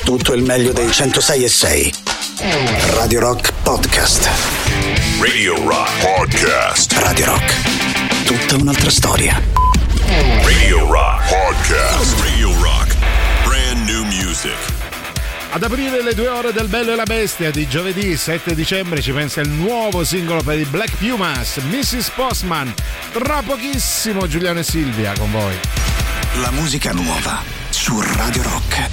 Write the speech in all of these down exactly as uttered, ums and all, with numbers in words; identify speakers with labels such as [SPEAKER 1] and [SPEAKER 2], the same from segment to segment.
[SPEAKER 1] Tutto il meglio dei centosei e sei. Radio Rock Podcast.
[SPEAKER 2] Radio Rock Podcast.
[SPEAKER 1] Radio Rock. Tutta un'altra storia.
[SPEAKER 2] Radio Rock Podcast. Radio Rock. Brand new music.
[SPEAKER 3] Ad aprire le due ore del Bello e la Bestia di giovedì sette dicembre ci pensa il nuovo singolo per i Black Pumas, missus Postman. Tra pochissimo Giuliano e Silvia con voi.
[SPEAKER 1] La musica nuova su Radio Rock.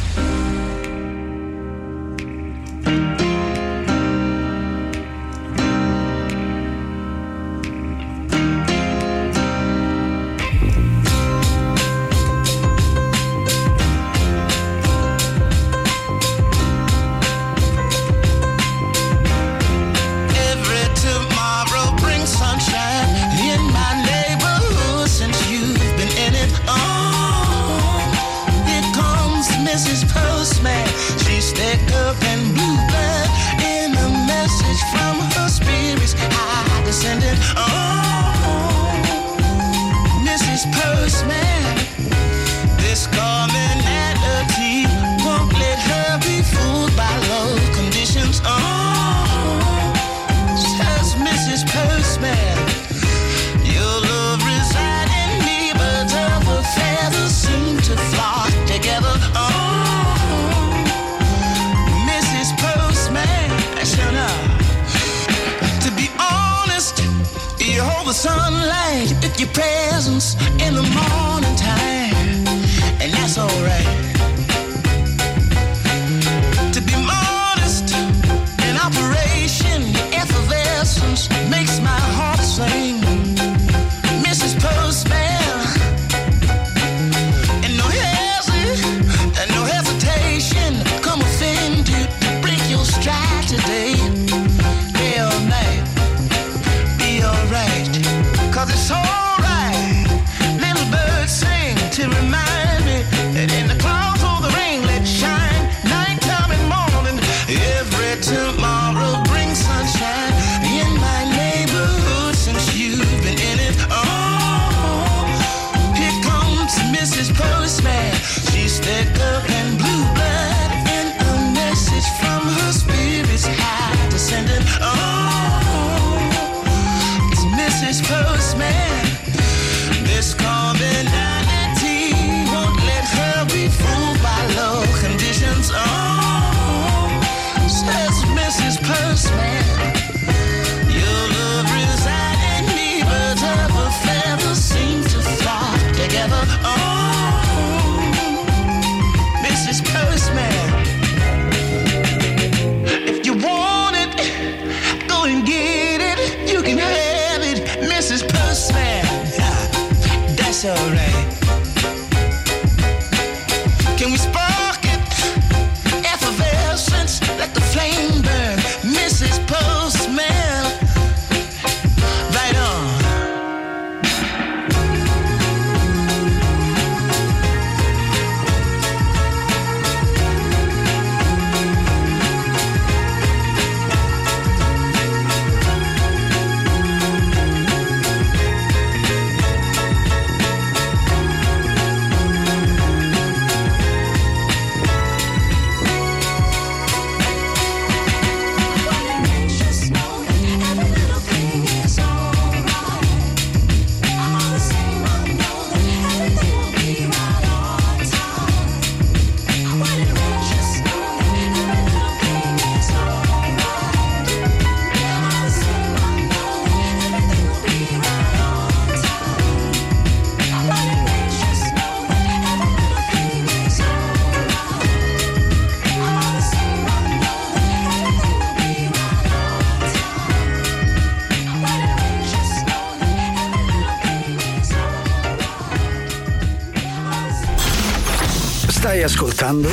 [SPEAKER 1] Stai ascoltando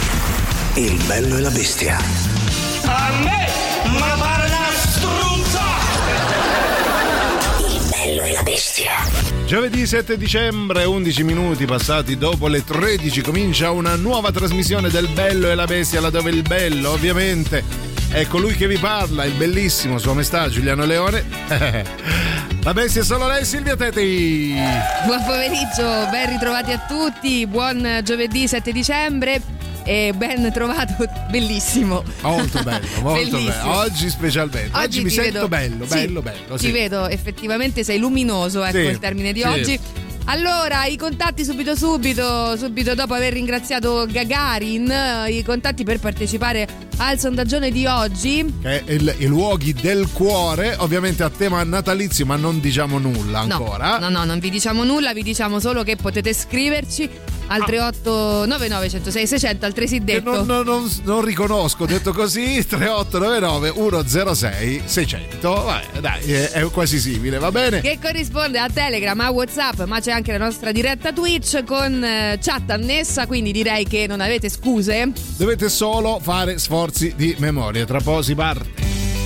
[SPEAKER 1] Il Bello e la Bestia.
[SPEAKER 4] A me, ma pare una struzza!
[SPEAKER 1] Il Bello e la Bestia.
[SPEAKER 3] Giovedì sette dicembre, undici minuti passati dopo le tredici, comincia una nuova trasmissione del Bello e la Bestia, laddove il bello, ovviamente, è colui che vi parla, il bellissimo, Sua Maestà Giuliano Leone. La bestia è solo lei, Silvia Teti.
[SPEAKER 5] Buon pomeriggio, ben ritrovati a tutti, buon giovedì sette dicembre. e ben trovato, bellissimo.
[SPEAKER 3] Molto bello, molto bello. Oggi specialmente. Oggi, Oggi mi sento
[SPEAKER 5] vedo,
[SPEAKER 3] bello,
[SPEAKER 5] sì,
[SPEAKER 3] bello, bello. Sì.
[SPEAKER 5] Ti vedo, effettivamente sei luminoso, ecco,
[SPEAKER 3] sì,
[SPEAKER 5] il termine di
[SPEAKER 3] sì.
[SPEAKER 5] oggi. Allora, i contatti subito subito, subito dopo aver ringraziato Gagarin, i contatti per partecipare al sondaggione di oggi.
[SPEAKER 3] Che è il, i luoghi del cuore, ovviamente a tema natalizio, ma non diciamo nulla ancora.
[SPEAKER 5] No, no, no, non vi diciamo nulla, vi diciamo solo che potete scriverci al tre otto nove nove uno zero sei sei zero zero, altresì detto.
[SPEAKER 3] Non, non, non, non riconosco, detto così, tre otto nove nove uno zero sei sei zero zero. Vabbè, dai, è, è quasi simile, va bene?
[SPEAKER 5] Che corrisponde a Telegram, a WhatsApp, ma c'è anche la nostra diretta Twitch con eh, chat annessa, quindi direi che non avete scuse.
[SPEAKER 3] Dovete solo fare sforzi di memoria, tra poco si parte.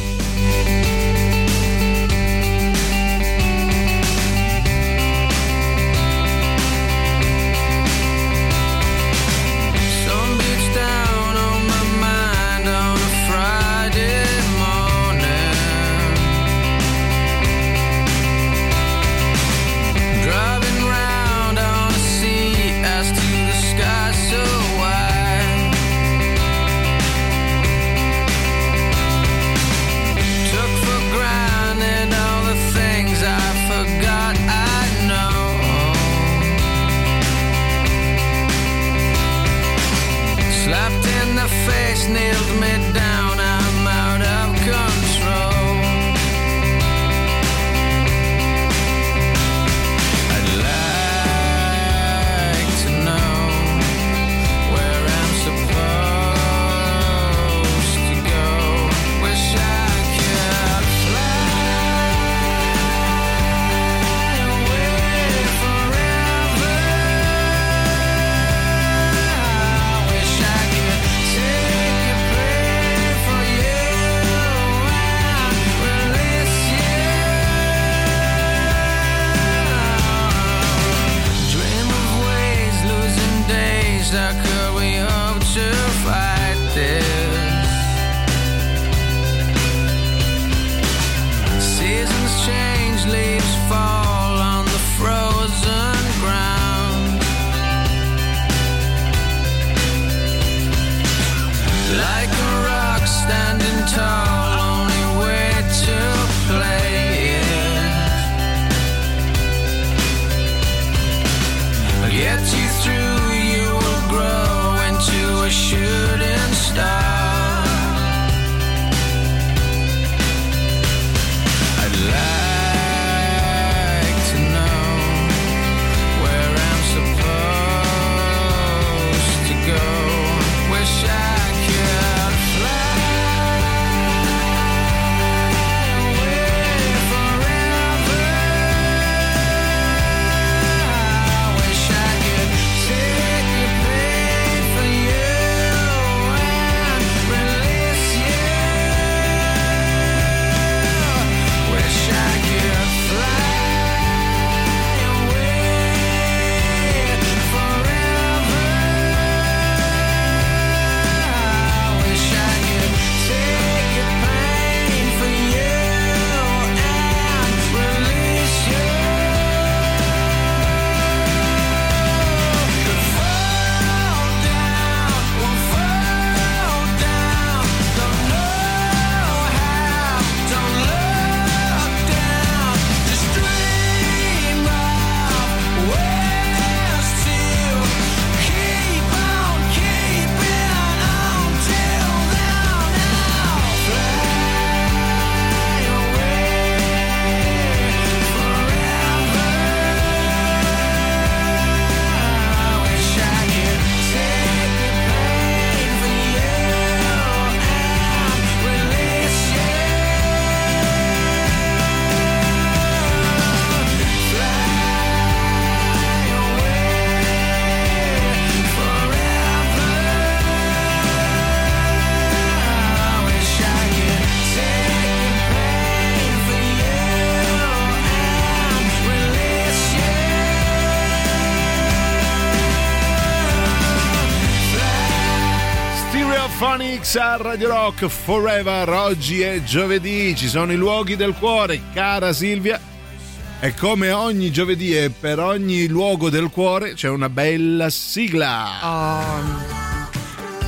[SPEAKER 6] Nailed me down, I'm out of control. I'd like to know where I'm supposed to go. Wish I could fly away forever. Wish I could take how could we hope to fight this? Seasons change, leaves fall on the frozen ground. Like a rock standing tall, only way to play it. Get you through, grow into a shooting star. I'd like to know where I'm supposed to go. Wish I could fly away forever. Wish I could take
[SPEAKER 3] Phonics a Radio Rock Forever. Oggi è giovedì, ci sono i luoghi del cuore, cara Silvia, e come ogni giovedì e per ogni luogo del cuore c'è una bella sigla.
[SPEAKER 5] Oh.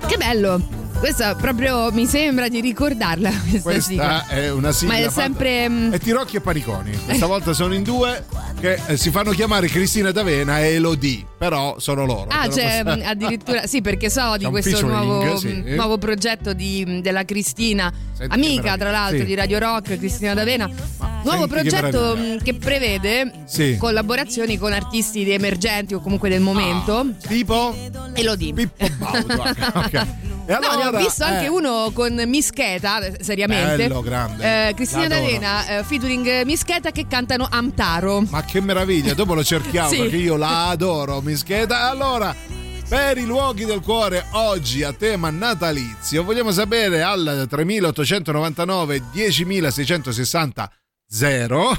[SPEAKER 5] Che bello! Questa proprio mi sembra di ricordarla. Questa,
[SPEAKER 3] Questa
[SPEAKER 5] sigla.
[SPEAKER 3] è una sigla.
[SPEAKER 5] Ma è
[SPEAKER 3] fatta-
[SPEAKER 5] sempre.
[SPEAKER 3] È Tirocchi e Paniconi. Questa volta sono in due che eh, si fanno chiamare Cristina D'Avena e Elodie, però sono loro.
[SPEAKER 5] Ah,
[SPEAKER 3] Te lo
[SPEAKER 5] c'è
[SPEAKER 3] posso-
[SPEAKER 5] mh, addirittura. Sì, perché so di
[SPEAKER 3] un
[SPEAKER 5] questo
[SPEAKER 3] featuring,
[SPEAKER 5] nuovo,
[SPEAKER 3] sì.
[SPEAKER 5] mh, nuovo progetto di, della Cristina,
[SPEAKER 3] Senti che
[SPEAKER 5] amica
[SPEAKER 3] meraviglia.
[SPEAKER 5] tra l'altro
[SPEAKER 3] Sì.
[SPEAKER 5] di Radio Rock, Cristina D'Avena. Nuovo
[SPEAKER 3] senti che
[SPEAKER 5] progetto
[SPEAKER 3] meraviglia.
[SPEAKER 5] mh, che prevede
[SPEAKER 3] Sì.
[SPEAKER 5] collaborazioni con artisti emergenti o comunque del momento.
[SPEAKER 3] Tipo
[SPEAKER 5] E lo dico.
[SPEAKER 3] Pippo Baudo. Ok. E
[SPEAKER 5] No, ne
[SPEAKER 3] allora,
[SPEAKER 5] ho visto anche
[SPEAKER 3] eh,
[SPEAKER 5] uno con Mischeta, eh, seriamente.
[SPEAKER 3] Bello, grande.
[SPEAKER 5] Eh, Cristina
[SPEAKER 3] L'adoro.
[SPEAKER 5] D'Avena, eh, featuring Mischeta che cantano Amtaro.
[SPEAKER 3] Ma che meraviglia, dopo lo cerchiamo
[SPEAKER 5] Sì.
[SPEAKER 3] perché io la adoro, Mischeta. Allora, per i luoghi del cuore oggi a tema natalizio vogliamo sapere al tremilaottocentonovantanove diecimilaseicentosessanta zero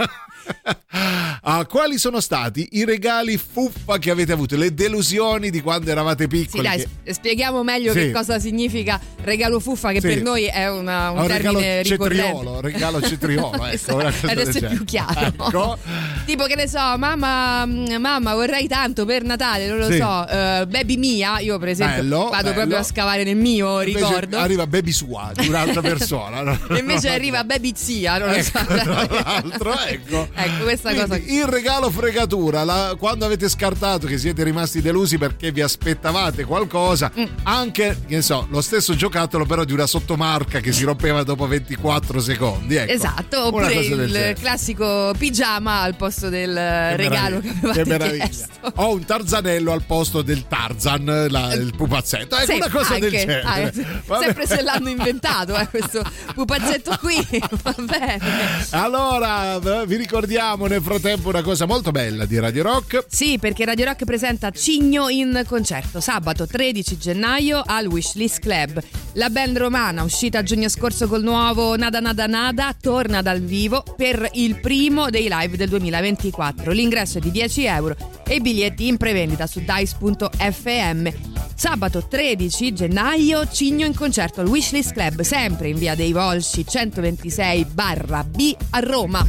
[SPEAKER 3] ah, quali sono stati i regali fuffa che avete avuto, le delusioni di quando eravate
[SPEAKER 5] Sì,
[SPEAKER 3] piccoli.
[SPEAKER 5] dai,
[SPEAKER 3] che-
[SPEAKER 5] s- spieghiamo meglio
[SPEAKER 3] Sì.
[SPEAKER 5] che cosa significa regalo fuffa, che
[SPEAKER 3] Sì.
[SPEAKER 5] per noi è una, un
[SPEAKER 3] un regalo
[SPEAKER 5] termine ricorrente.
[SPEAKER 3] cetriolo, regalo cetriolo, ecco, una cosa
[SPEAKER 5] Adesso
[SPEAKER 3] del
[SPEAKER 5] è più
[SPEAKER 3] genere.
[SPEAKER 5] chiaro.
[SPEAKER 3] Ecco.
[SPEAKER 5] Tipo, che ne so, mamma, mamma vorrei tanto per Natale, non lo
[SPEAKER 3] Sì.
[SPEAKER 5] so, eh, baby mia, io per esempio
[SPEAKER 3] Bello,
[SPEAKER 5] vado
[SPEAKER 3] bello.
[SPEAKER 5] proprio a scavare nel mio
[SPEAKER 3] Invece
[SPEAKER 5] ricordo.
[SPEAKER 3] arriva baby sua di un'altra persona. no?
[SPEAKER 5] E invece arriva baby zia, non lo so.
[SPEAKER 3] Ecco, tra l'altro, ecco.
[SPEAKER 5] Ecco, questa
[SPEAKER 3] Quindi,
[SPEAKER 5] cosa.
[SPEAKER 3] il regalo fregatura, la- quando avete scartato che siete rimasti delusi perché vi aspettavate qualcosa,
[SPEAKER 5] Mm.
[SPEAKER 3] anche, che ne so, lo stesso giocattolo però di una sottomarca che si rompeva dopo ventiquattro secondi. Ecco.
[SPEAKER 5] Esatto,
[SPEAKER 3] Una
[SPEAKER 5] oppure
[SPEAKER 3] cosa del
[SPEAKER 5] il
[SPEAKER 3] genere.
[SPEAKER 5] classico pigiama al posto del
[SPEAKER 3] Che
[SPEAKER 5] regalo che
[SPEAKER 3] meraviglia,
[SPEAKER 5] avevate
[SPEAKER 3] che meraviglia.
[SPEAKER 5] chiesto.
[SPEAKER 3] O un tarzanello al posto del Tarzan, la- il pupazzetto. Ecco,
[SPEAKER 5] Sì,
[SPEAKER 3] una cosa del
[SPEAKER 5] anche,
[SPEAKER 3] genere.
[SPEAKER 5] anche.
[SPEAKER 3] Vabbè.
[SPEAKER 5] Sempre se l'hanno inventato, eh, questo pupazzetto qui. Va bene.
[SPEAKER 3] Allora, v- vi ricordiamo nel frattempo una cosa molto bella di Radio Rock.
[SPEAKER 5] Sì, perché Radio Rock presenta Cigno in concerto sabato tredici gennaio al Wishlist Club. La band romana, uscita a giugno scorso col nuovo Nada Nada Nada, torna dal vivo per il primo dei live del duemilaventiquattro. L'ingresso è di dieci euro e i biglietti in prevendita su dice punto effe emme. Sabato tredici gennaio, Cigno in concerto al Wishlist Club, sempre in via dei Volsci centoventisei barra B a Roma.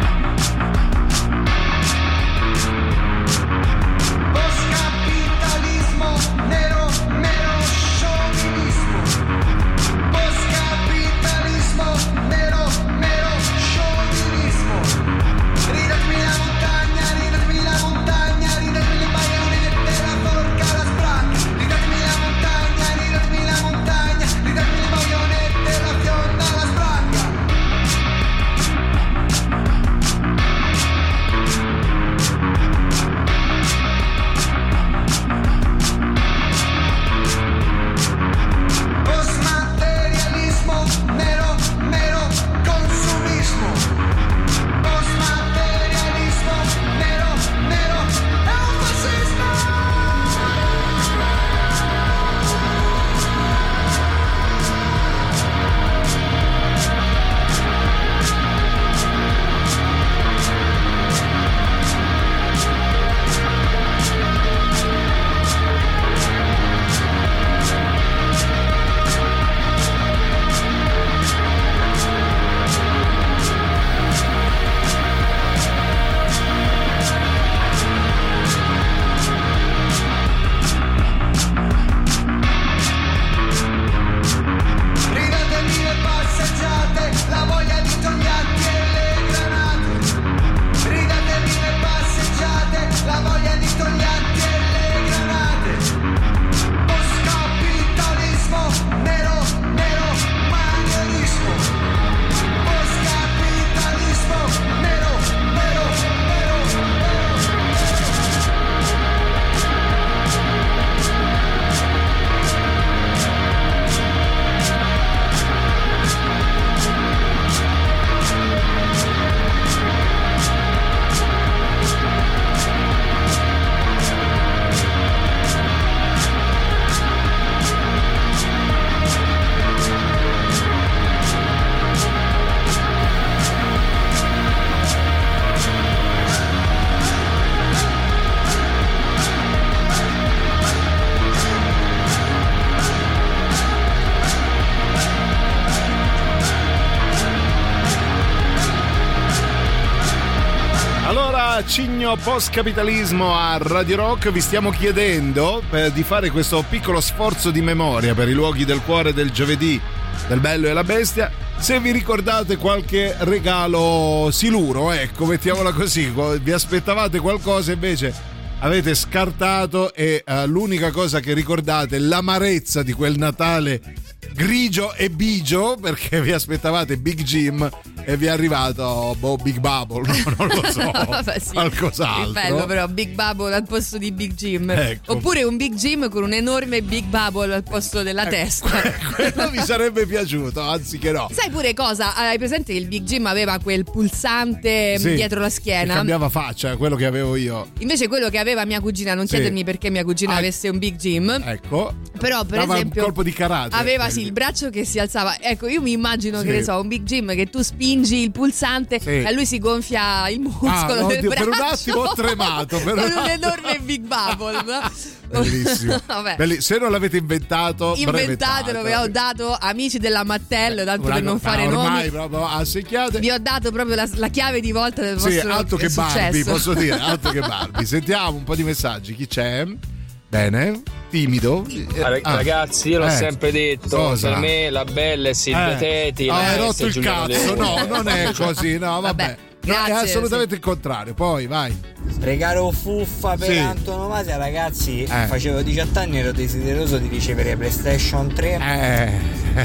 [SPEAKER 7] Los capitalistas
[SPEAKER 3] Arriva Cigno Post Capitalismo a Radio Rock. Vi stiamo chiedendo per, di fare questo piccolo sforzo di memoria per i luoghi del cuore del giovedì del Bello e la Bestia. Se vi ricordate qualche regalo siluro, ecco, mettiamola così, vi aspettavate qualcosa invece avete scartato e uh, l'unica cosa che ricordate è l'amarezza di quel Natale grigio e bigio, perché vi aspettavate Big Jim e vi è arrivato boh, Big Bubble, no, non lo so.
[SPEAKER 5] Vabbè, sì.
[SPEAKER 3] Qualcos'altro.
[SPEAKER 5] Che bello però, Big Bubble al posto di Big Jim.
[SPEAKER 3] Ecco.
[SPEAKER 5] Oppure un Big Jim con un enorme Big Bubble al posto della
[SPEAKER 3] ecco,
[SPEAKER 5] testa.
[SPEAKER 3] Quello mi sarebbe piaciuto, anzi che no.
[SPEAKER 5] Sai pure cosa? Hai presente che il Big Jim aveva quel pulsante
[SPEAKER 3] sì,
[SPEAKER 5] dietro la schiena?
[SPEAKER 3] Che cambiava faccia, quello che avevo io.
[SPEAKER 5] Invece quello che aveva mia cugina, non
[SPEAKER 3] sì.
[SPEAKER 5] chiedermi perché mia cugina
[SPEAKER 3] ah,
[SPEAKER 5] avesse un Big Jim.
[SPEAKER 3] Ecco.
[SPEAKER 5] Però per
[SPEAKER 3] dava
[SPEAKER 5] esempio
[SPEAKER 3] un colpo di karate.
[SPEAKER 5] aveva sì il braccio che si alzava. Ecco, io mi immagino
[SPEAKER 3] sì.
[SPEAKER 5] che ne so, un Big Jim che tu spingi il pulsante
[SPEAKER 3] sì.
[SPEAKER 5] e a lui si gonfia il muscolo
[SPEAKER 3] ah,
[SPEAKER 5] del
[SPEAKER 3] oddio,
[SPEAKER 5] braccio.
[SPEAKER 3] Per un attimo ho tremato per
[SPEAKER 5] con
[SPEAKER 3] un,
[SPEAKER 5] un enorme Big Bubble, no?
[SPEAKER 3] Bellissimo. Belli, se non l'avete inventato,
[SPEAKER 5] inventatelo, vi ho dato amici della Mattel, tanto
[SPEAKER 3] Una,
[SPEAKER 5] per non fare
[SPEAKER 3] ormai
[SPEAKER 5] nomi.
[SPEAKER 3] Ormai proprio assecchiate.
[SPEAKER 5] Vi ho dato proprio la, la chiave di volta del
[SPEAKER 3] sì,
[SPEAKER 5] vostro
[SPEAKER 3] altro che
[SPEAKER 5] successo.
[SPEAKER 3] Barbie, posso dire, altro che Barbie. Sentiamo un po' di messaggi. Chi c'è? Bene, timido.
[SPEAKER 7] Ah, ragazzi, io l'ho
[SPEAKER 3] eh,
[SPEAKER 7] sempre detto,
[SPEAKER 3] cosa?
[SPEAKER 7] Per me la bella è Silvia
[SPEAKER 3] eh.
[SPEAKER 7] Teti.
[SPEAKER 3] Oh,
[SPEAKER 7] la
[SPEAKER 3] hai rotto
[SPEAKER 7] Alessia
[SPEAKER 3] il
[SPEAKER 7] Giuliano
[SPEAKER 3] cazzo.
[SPEAKER 7] Leone.
[SPEAKER 3] No, non è così. No, vabbè.
[SPEAKER 5] Vabbè,
[SPEAKER 3] no,
[SPEAKER 5] grazie,
[SPEAKER 3] è assolutamente
[SPEAKER 5] sì.
[SPEAKER 3] il contrario. Poi, vai.
[SPEAKER 8] Regalo fuffa per
[SPEAKER 3] sì.
[SPEAKER 8] antonomasia, ragazzi.
[SPEAKER 3] Eh.
[SPEAKER 8] Facevo diciotto anni, ero desideroso di ricevere PlayStation tre.
[SPEAKER 3] Eh.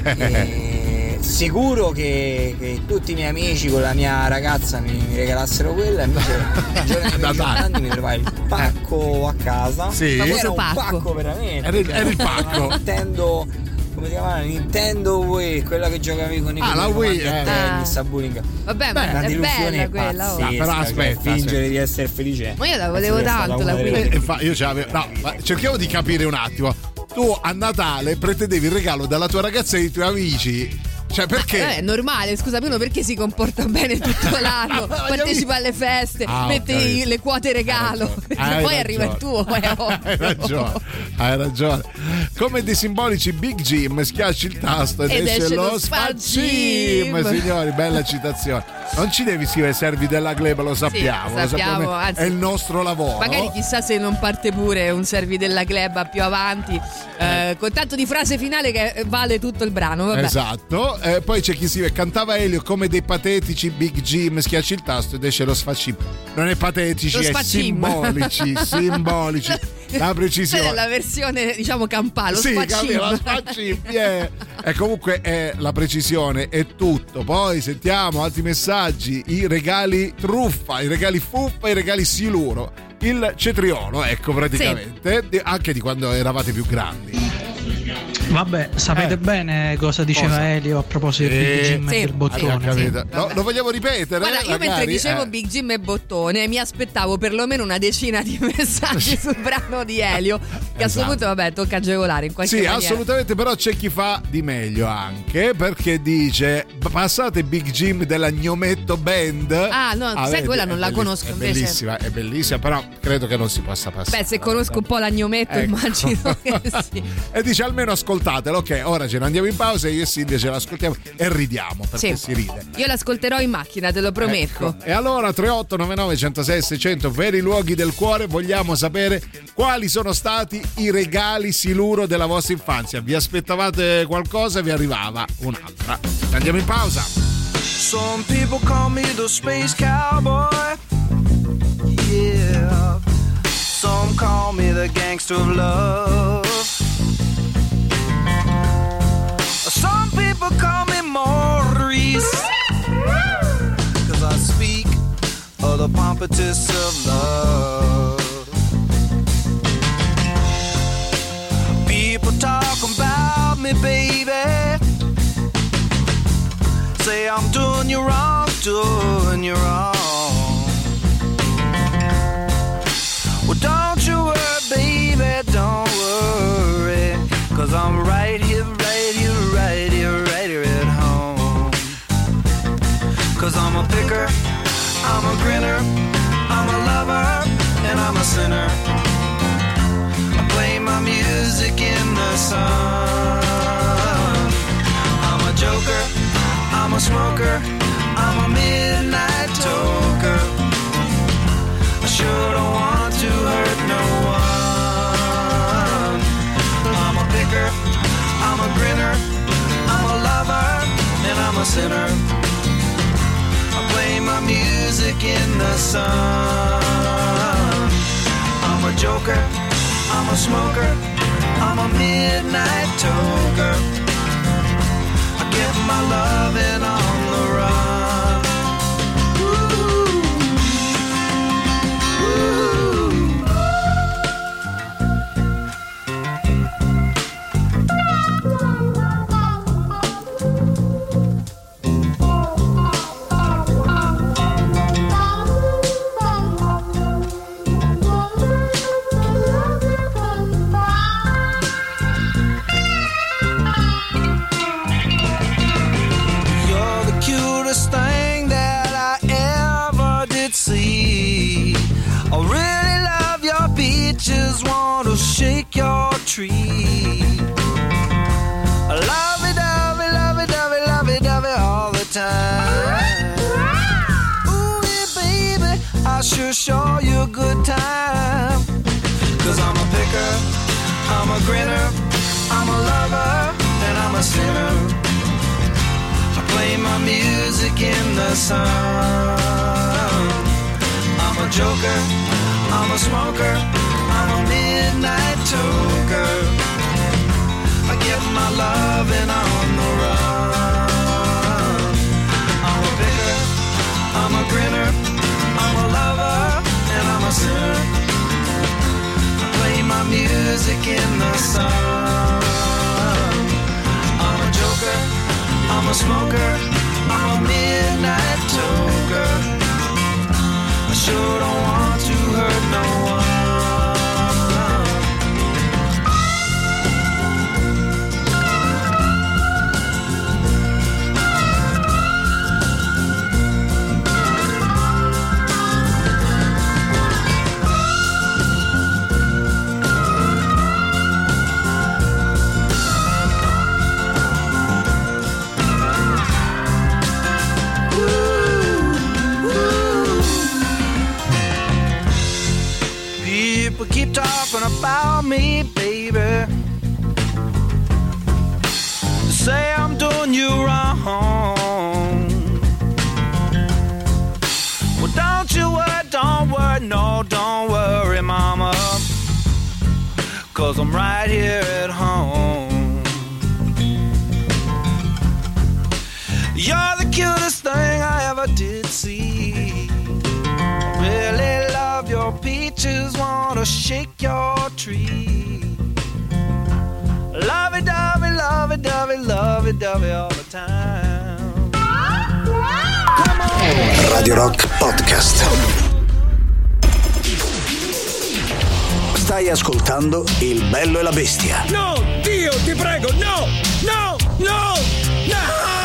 [SPEAKER 8] E sicuro che, che tutti i miei amici con la mia ragazza mi, mi regalassero quella. Invece il giorno dei miei diciotto anni mi trovai il pacco a casa.
[SPEAKER 3] Sì.
[SPEAKER 8] Era un
[SPEAKER 5] pacco.
[SPEAKER 8] pacco veramente.
[SPEAKER 3] Era il- era il pacco.
[SPEAKER 8] Nintendo, come si chiama? Nintendo Wii, quella che giocavi con i
[SPEAKER 3] Ah, la
[SPEAKER 8] comandi
[SPEAKER 3] Wii,
[SPEAKER 8] a
[SPEAKER 3] eh.
[SPEAKER 8] tennis a bowling.
[SPEAKER 5] Vabbè, ma
[SPEAKER 8] Una
[SPEAKER 5] è
[SPEAKER 8] delusione
[SPEAKER 5] bella quella. oh.
[SPEAKER 8] pazzesca,
[SPEAKER 3] Ah, però aspetta,
[SPEAKER 8] cioè, fingere
[SPEAKER 3] aspetta.
[SPEAKER 8] di essere felice.
[SPEAKER 5] Ma io la volevo
[SPEAKER 8] Penso che è
[SPEAKER 5] tanto,
[SPEAKER 8] stata
[SPEAKER 5] la
[SPEAKER 8] una
[SPEAKER 5] Wii.
[SPEAKER 8] delle-
[SPEAKER 3] E fa- io ce l'avevo. No, ma cerchiamo di capire un attimo. Tu a Natale pretendevi il regalo dalla tua ragazza e dai tuoi amici. Cioè, perché?
[SPEAKER 5] Eh, è normale, scusami, uno perché si comporta bene tutto l'anno,
[SPEAKER 3] Ma
[SPEAKER 5] partecipa alle feste,
[SPEAKER 3] Ah,
[SPEAKER 5] mette
[SPEAKER 3] ho
[SPEAKER 5] i-
[SPEAKER 3] capito.
[SPEAKER 5] le quote regalo,
[SPEAKER 3] Hai ragione.
[SPEAKER 5] poi
[SPEAKER 3] Hai
[SPEAKER 5] arriva il
[SPEAKER 3] ragione.
[SPEAKER 5] tuo. È
[SPEAKER 3] Hai ragione, hai ragione. Come dei simbolici Big Jim, schiacci il tasto ed,
[SPEAKER 5] Ed
[SPEAKER 3] esce,
[SPEAKER 5] esce
[SPEAKER 3] lo
[SPEAKER 5] lo
[SPEAKER 3] spagim.
[SPEAKER 5] spagim.
[SPEAKER 3] Signori, bella citazione. Non ci devi scrivere servi della gleba, lo sappiamo, lo
[SPEAKER 5] sappiamo, anzi,
[SPEAKER 3] è il nostro lavoro.
[SPEAKER 5] Magari chissà se non parte pure un servi della gleba più avanti, eh, con tanto di frase finale che vale tutto il brano. Vabbè.
[SPEAKER 3] Esatto, eh, poi c'è chi si cantava Elio come dei patetici Big Jim, schiacci il tasto ed esce lo sfacim. Non è patetici,
[SPEAKER 5] Lo
[SPEAKER 3] è
[SPEAKER 5] sfacim.
[SPEAKER 3] simbolici, simbolici. La precisione.
[SPEAKER 5] Quella è la versione, diciamo, campale, lo
[SPEAKER 3] sì,
[SPEAKER 5] spacim.
[SPEAKER 3] capito, lo spacim, yeah. E comunque è la precisione, è tutto. Poi sentiamo altri messaggi, i regali truffa, i regali fuffa, i regali siluro, il cetriolo, ecco praticamente, sì. Anche di quando eravate più grandi.
[SPEAKER 9] Vabbè, sapete
[SPEAKER 3] Eh.
[SPEAKER 9] bene cosa diceva
[SPEAKER 3] Cosa?
[SPEAKER 9] Elio a proposito di Big Jim
[SPEAKER 5] Sì.
[SPEAKER 9] e del bottone?
[SPEAKER 3] Abbiamo capito.
[SPEAKER 5] Sì,
[SPEAKER 3] No,
[SPEAKER 5] vabbè.
[SPEAKER 3] lo vogliamo ripetere?
[SPEAKER 5] Guarda, io mentre
[SPEAKER 3] magari?
[SPEAKER 5] dicevo
[SPEAKER 3] Eh.
[SPEAKER 5] Big Jim e bottone mi aspettavo perlomeno una decina di messaggi sul brano di Elio, che a questo
[SPEAKER 3] Esatto.
[SPEAKER 5] punto vabbè tocca agevolare in qualche
[SPEAKER 3] Sì,
[SPEAKER 5] maniera.
[SPEAKER 3] assolutamente, però c'è chi fa di meglio anche, perché dice passate Big Jim della Gnometto Band.
[SPEAKER 5] Ah, no, sai,
[SPEAKER 3] vedi?
[SPEAKER 5] quella non
[SPEAKER 3] È
[SPEAKER 5] la
[SPEAKER 3] belliss-
[SPEAKER 5] conosco,
[SPEAKER 3] è
[SPEAKER 5] invece.
[SPEAKER 3] bellissima, è bellissima, però credo che non si possa passare.
[SPEAKER 5] Beh, se conosco un po' l'agnometto,
[SPEAKER 3] Ecco.
[SPEAKER 5] immagino che sì.
[SPEAKER 3] E dice almeno ascoltatelo, ok, ora ce ne andiamo in pausa e io e Silvia ce l'ascoltiamo e ridiamo perché
[SPEAKER 5] Sì.
[SPEAKER 3] si ride.
[SPEAKER 5] Io l'ascolterò in macchina, te lo prometto.
[SPEAKER 3] Ecco. E allora tre otto nove nove uno zero sei sei zero zero per i luoghi del cuore vogliamo sapere quali sono stati i regali siluro della vostra infanzia. Vi aspettavate qualcosa e vi arrivava un'altra. Andiamo in pausa.
[SPEAKER 6] Some people call me the space cowboy. Yeah. Some call me the gangster of love. Some people call me Maurice. Cause I speak of the pompatus of love. People talk about me, baby. Say I'm doing you wrong, doing you wrong. Well, don't you worry, baby, don't worry. Cause I'm right here, right here, right here, right here at home. Cause I'm a picker, I'm a grinner, I'm a lover, and I'm a sinner. I play my music in the sun. I'm a joker, I'm a smoker, I'm a midnight toker. the sun. I'm a joker, I'm a smoker, I'm a midnight toker. I get my loving on the run. Ooh, ooh. Thing that I ever did see. I really love your beaches, want to shake your tree. I love it, love it, love it, love it, love it, love it all the time. Ooh, yeah, baby, I sure show you a good time. Cause I'm a picker, I'm a grinner, I'm a lover, and I'm a sinner. Play my music in the sun. I'm a joker, I'm a smoker, I'm a midnight toker. I get my loving on the run. I'm a picker, I'm a grinner, I'm a lover, and I'm a sinner. I play my music in the sun. I'm a joker, I'm a smoker, I'm a midnight toker. I sure don't want to hurt no one. People keep talking about me, baby. Say I'm doing you wrong. Well, don't you worry, don't worry, no, don't worry, mama. Cause I'm right here at home. You're the cutest thing I ever did see. Really love your peaches, wanna shake your tree. Love it, dovey, love it, dovey, love it, dovey all the time. Come on.
[SPEAKER 1] Radio Rock Podcast. Stai ascoltando Il Bello e la Bestia.
[SPEAKER 4] No, Dio, ti prego, no, no, no, no!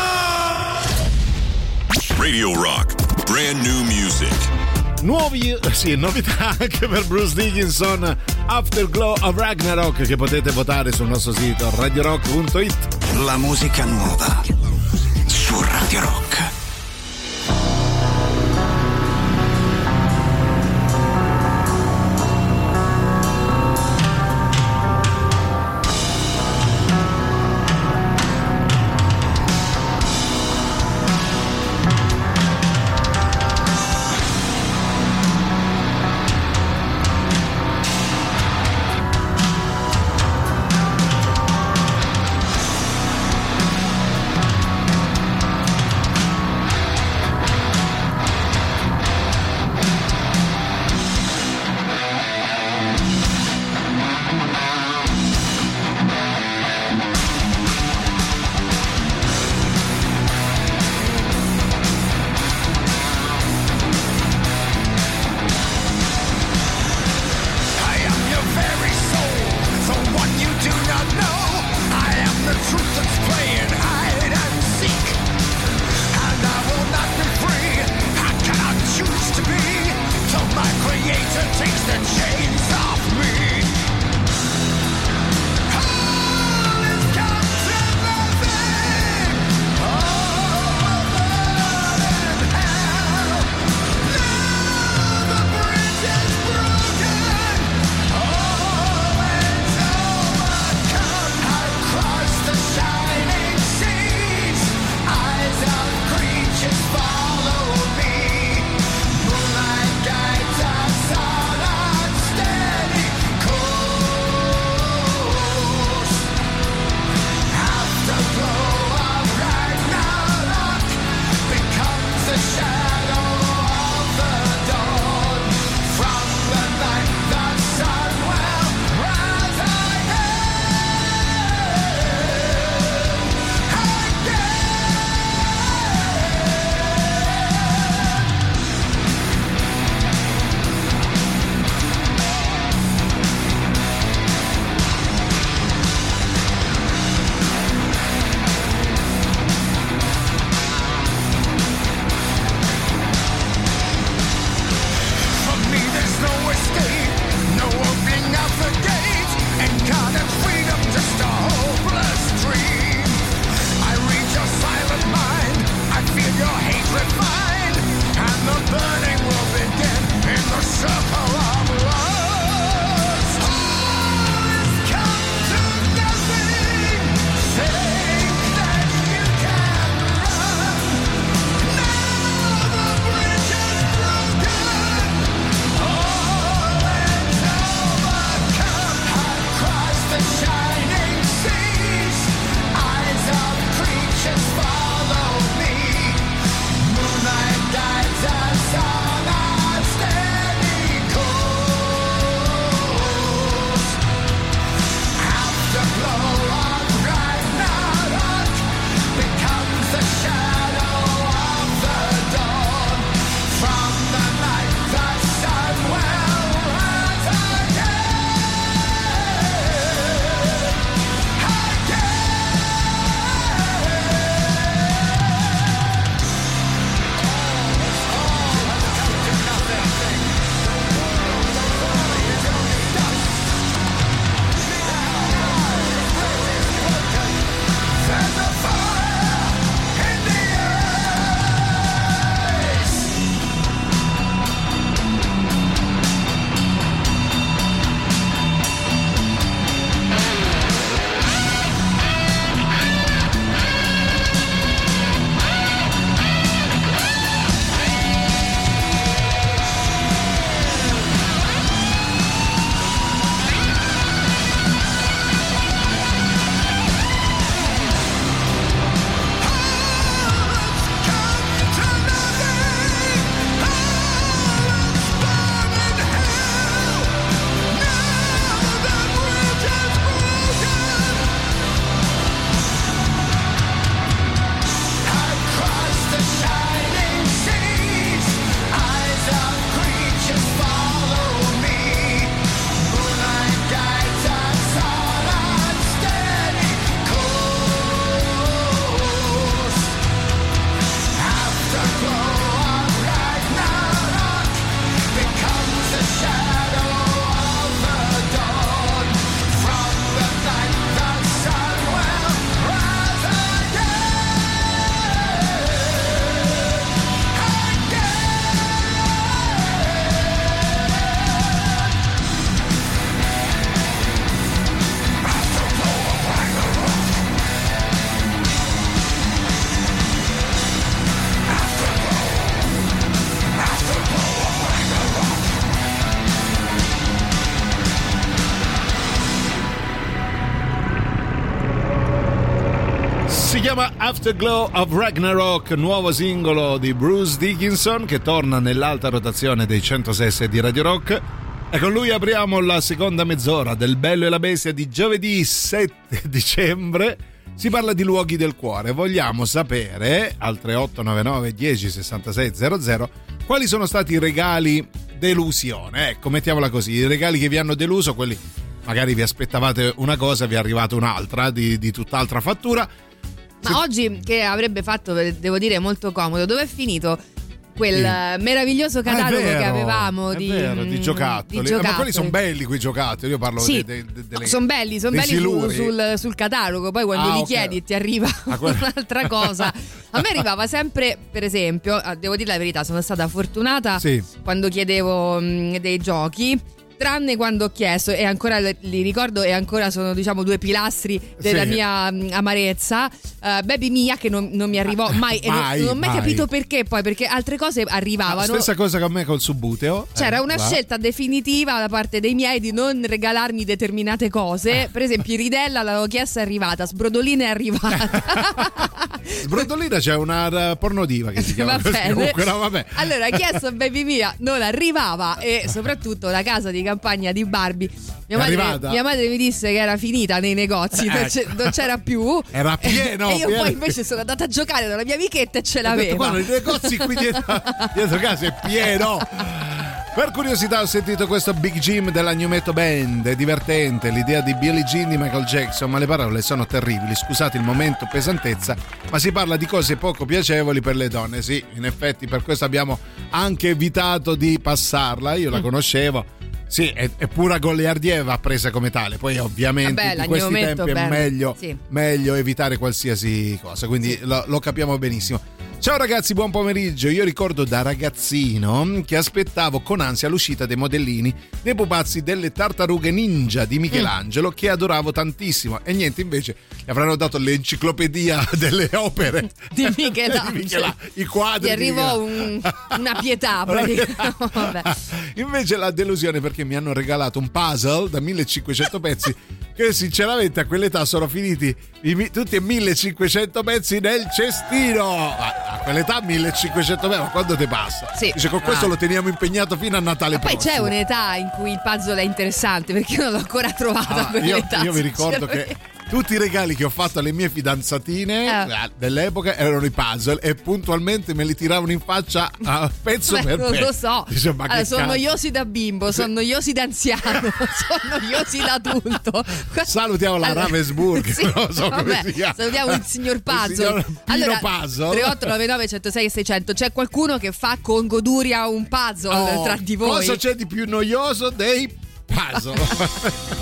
[SPEAKER 2] Radio Rock, brand new music.
[SPEAKER 3] Nuovi, sì, novità anche per Bruce Dickinson, Afterglow of Ragnarok, che potete votare sul nostro sito radio rock punto it.
[SPEAKER 1] La musica nuova su Radio Rock.
[SPEAKER 6] Moonlight
[SPEAKER 3] chiama Afterglow of Ragnarok, nuovo singolo di Bruce Dickinson che torna nell'alta rotazione dei centosei di Radio Rock. E con lui apriamo la seconda mezz'ora del Bello e la Bestia di giovedì sette dicembre. Si parla di luoghi del cuore. Vogliamo sapere al tre otto nove nove dieci sessantasei zero zero quali sono stati i regali delusione. Ecco, mettiamola così, i regali che vi hanno deluso, quelli magari vi aspettavate una cosa, vi è arrivata un'altra di, di tutt'altra fattura.
[SPEAKER 5] Ma Se... oggi, che avrebbe fatto, devo dire, molto comodo, dove è finito quel sì. meraviglioso catalogo
[SPEAKER 3] vero,
[SPEAKER 5] che avevamo di,
[SPEAKER 3] vero, di giocattoli.
[SPEAKER 5] Di giocattoli.
[SPEAKER 3] Eh, ma quelli sono belli quei giocattoli, io parlo
[SPEAKER 5] sì.
[SPEAKER 3] de, de, delle,
[SPEAKER 5] sono belli, sono belli su, sul, sul catalogo, poi quando
[SPEAKER 3] ah,
[SPEAKER 5] li
[SPEAKER 3] okay.
[SPEAKER 5] chiedi ti arriva ah, un'altra cosa. A me arrivava sempre, per esempio, devo dire la verità, sono stata fortunata sì. quando chiedevo mh, dei giochi, tranne quando ho chiesto, e ancora li ricordo e ancora sono, diciamo, due pilastri della sì. mia mh, amarezza, uh, Baby Mia, che non, non mi arrivò mai, e
[SPEAKER 3] mai,
[SPEAKER 5] non, non ho mai,
[SPEAKER 3] mai
[SPEAKER 5] capito perché, poi perché altre cose arrivavano.
[SPEAKER 3] La stessa cosa che a me col Subuteo.
[SPEAKER 5] C'era
[SPEAKER 3] eh,
[SPEAKER 5] una
[SPEAKER 3] va.
[SPEAKER 5] scelta definitiva da parte dei miei di non regalarmi determinate cose. Per esempio, Ridella l'avevo chiesta, è arrivata, Sbrodolina è arrivata.
[SPEAKER 3] Sbrodolina c'è una pornodiva che si chiama
[SPEAKER 5] va
[SPEAKER 3] così.
[SPEAKER 5] Bene.
[SPEAKER 3] Comunque, no, vabbè.
[SPEAKER 5] Allora, ha chiesto Baby Mia, non arrivava, e soprattutto la casa di campagna di Barbie, mia madre, mia madre mi disse che era finita nei negozi,
[SPEAKER 3] eh,
[SPEAKER 5] non, c'è, non c'era più,
[SPEAKER 3] era pieno,
[SPEAKER 5] e io
[SPEAKER 3] pieno.
[SPEAKER 5] Poi invece sono andata a giocare dalla mia amichetta e ce l'aveva.
[SPEAKER 3] Guarda, i negozi qui dietro, dietro casa è pieno. Per curiosità ho sentito questo Big Jim della New Metal Band, è divertente l'idea di Billie Jean di Michael Jackson, ma le parole sono terribili, scusate il momento pesantezza, ma si parla di cose poco piacevoli per le donne. Sì, in effetti per questo abbiamo anche evitato di passarla, io la conoscevo. Sì, è, è pura goliardieva presa come tale. Poi ovviamente
[SPEAKER 5] Vabbè,
[SPEAKER 3] in questi tempi
[SPEAKER 5] bene.
[SPEAKER 3] è meglio,
[SPEAKER 5] sì.
[SPEAKER 3] meglio evitare qualsiasi cosa, quindi sì. lo, lo capiamo benissimo. Ciao ragazzi, buon pomeriggio. Io ricordo da ragazzino che aspettavo con ansia l'uscita dei modellini dei pupazzi delle tartarughe ninja di Michelangelo, mm. che adoravo tantissimo. E niente, invece gli avranno dato l'enciclopedia delle opere
[SPEAKER 5] di Michelangelo,
[SPEAKER 3] di Michelangelo, i quadri.
[SPEAKER 5] Gli arrivò un, una pietà praticamente.
[SPEAKER 3] Invece la delusione, perché mi hanno regalato un puzzle da millecinquecento pezzi che sinceramente a quell'età sono finiti i, tutti e millecinquecento pezzi nel cestino. A quell'età millecinquecento pezzi, ma quando te passa?
[SPEAKER 5] Sì.
[SPEAKER 3] Dice, con questo
[SPEAKER 5] ah.
[SPEAKER 3] lo teniamo impegnato fino a Natale
[SPEAKER 5] poi
[SPEAKER 3] prossimo.
[SPEAKER 5] C'è un'età in cui il puzzle è interessante, perché io non l'ho ancora trovato ah, a quell'età.
[SPEAKER 3] Io, io vi ricordo che tutti i regali che ho fatto alle mie fidanzatine eh. dell'epoca erano i puzzle, e puntualmente me li tiravano in faccia a pezzo
[SPEAKER 5] Beh,
[SPEAKER 3] per
[SPEAKER 5] non
[SPEAKER 3] pezzo.
[SPEAKER 5] Lo so.
[SPEAKER 3] Dice, ma
[SPEAKER 5] allora,
[SPEAKER 3] che
[SPEAKER 5] sono
[SPEAKER 3] cazzo?
[SPEAKER 5] noiosi da bimbo, sono noiosi da anziano, sono noiosi da adulto.
[SPEAKER 3] Salutiamo la allora, Ravensburg,
[SPEAKER 5] sì,
[SPEAKER 3] non so
[SPEAKER 5] vabbè,
[SPEAKER 3] come si chiama.
[SPEAKER 5] Salutiamo il signor Puzzle.
[SPEAKER 3] Il signor Pino
[SPEAKER 5] allora,
[SPEAKER 3] Puzzle.
[SPEAKER 5] tre otto nove nove uno zero sei sei zero zero. C'è qualcuno che fa con goduria un puzzle oh, tra di voi?
[SPEAKER 3] Cosa c'è di più noioso dei puzzle?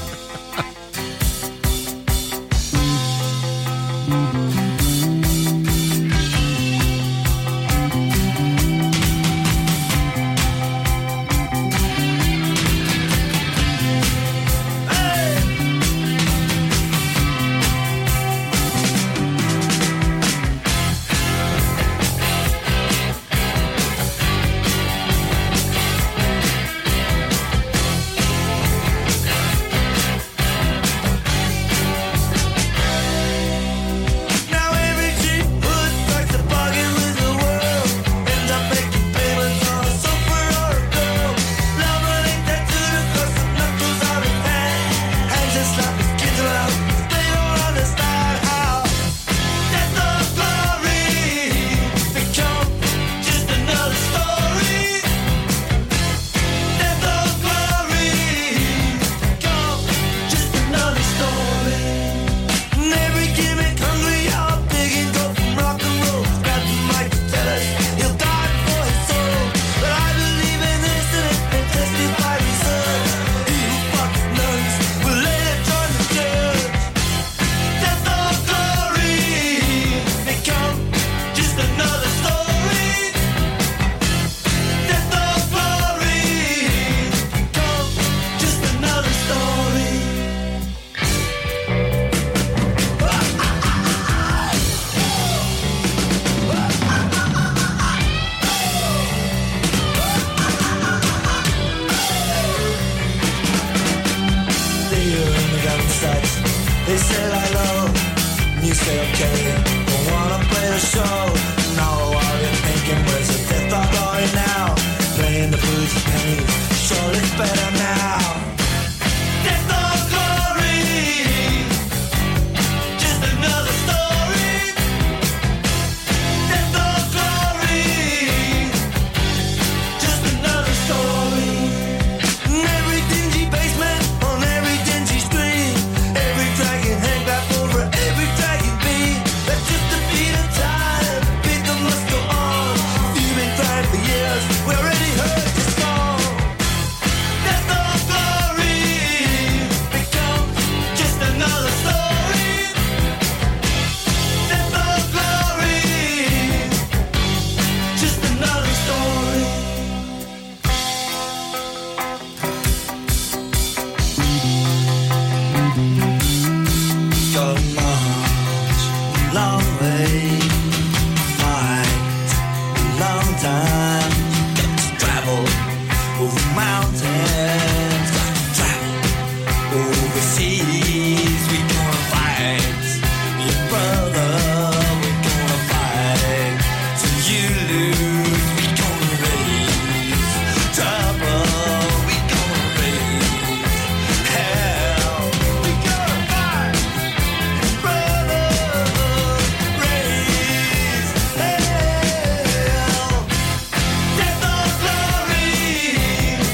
[SPEAKER 6] They say I love, and you say okay. But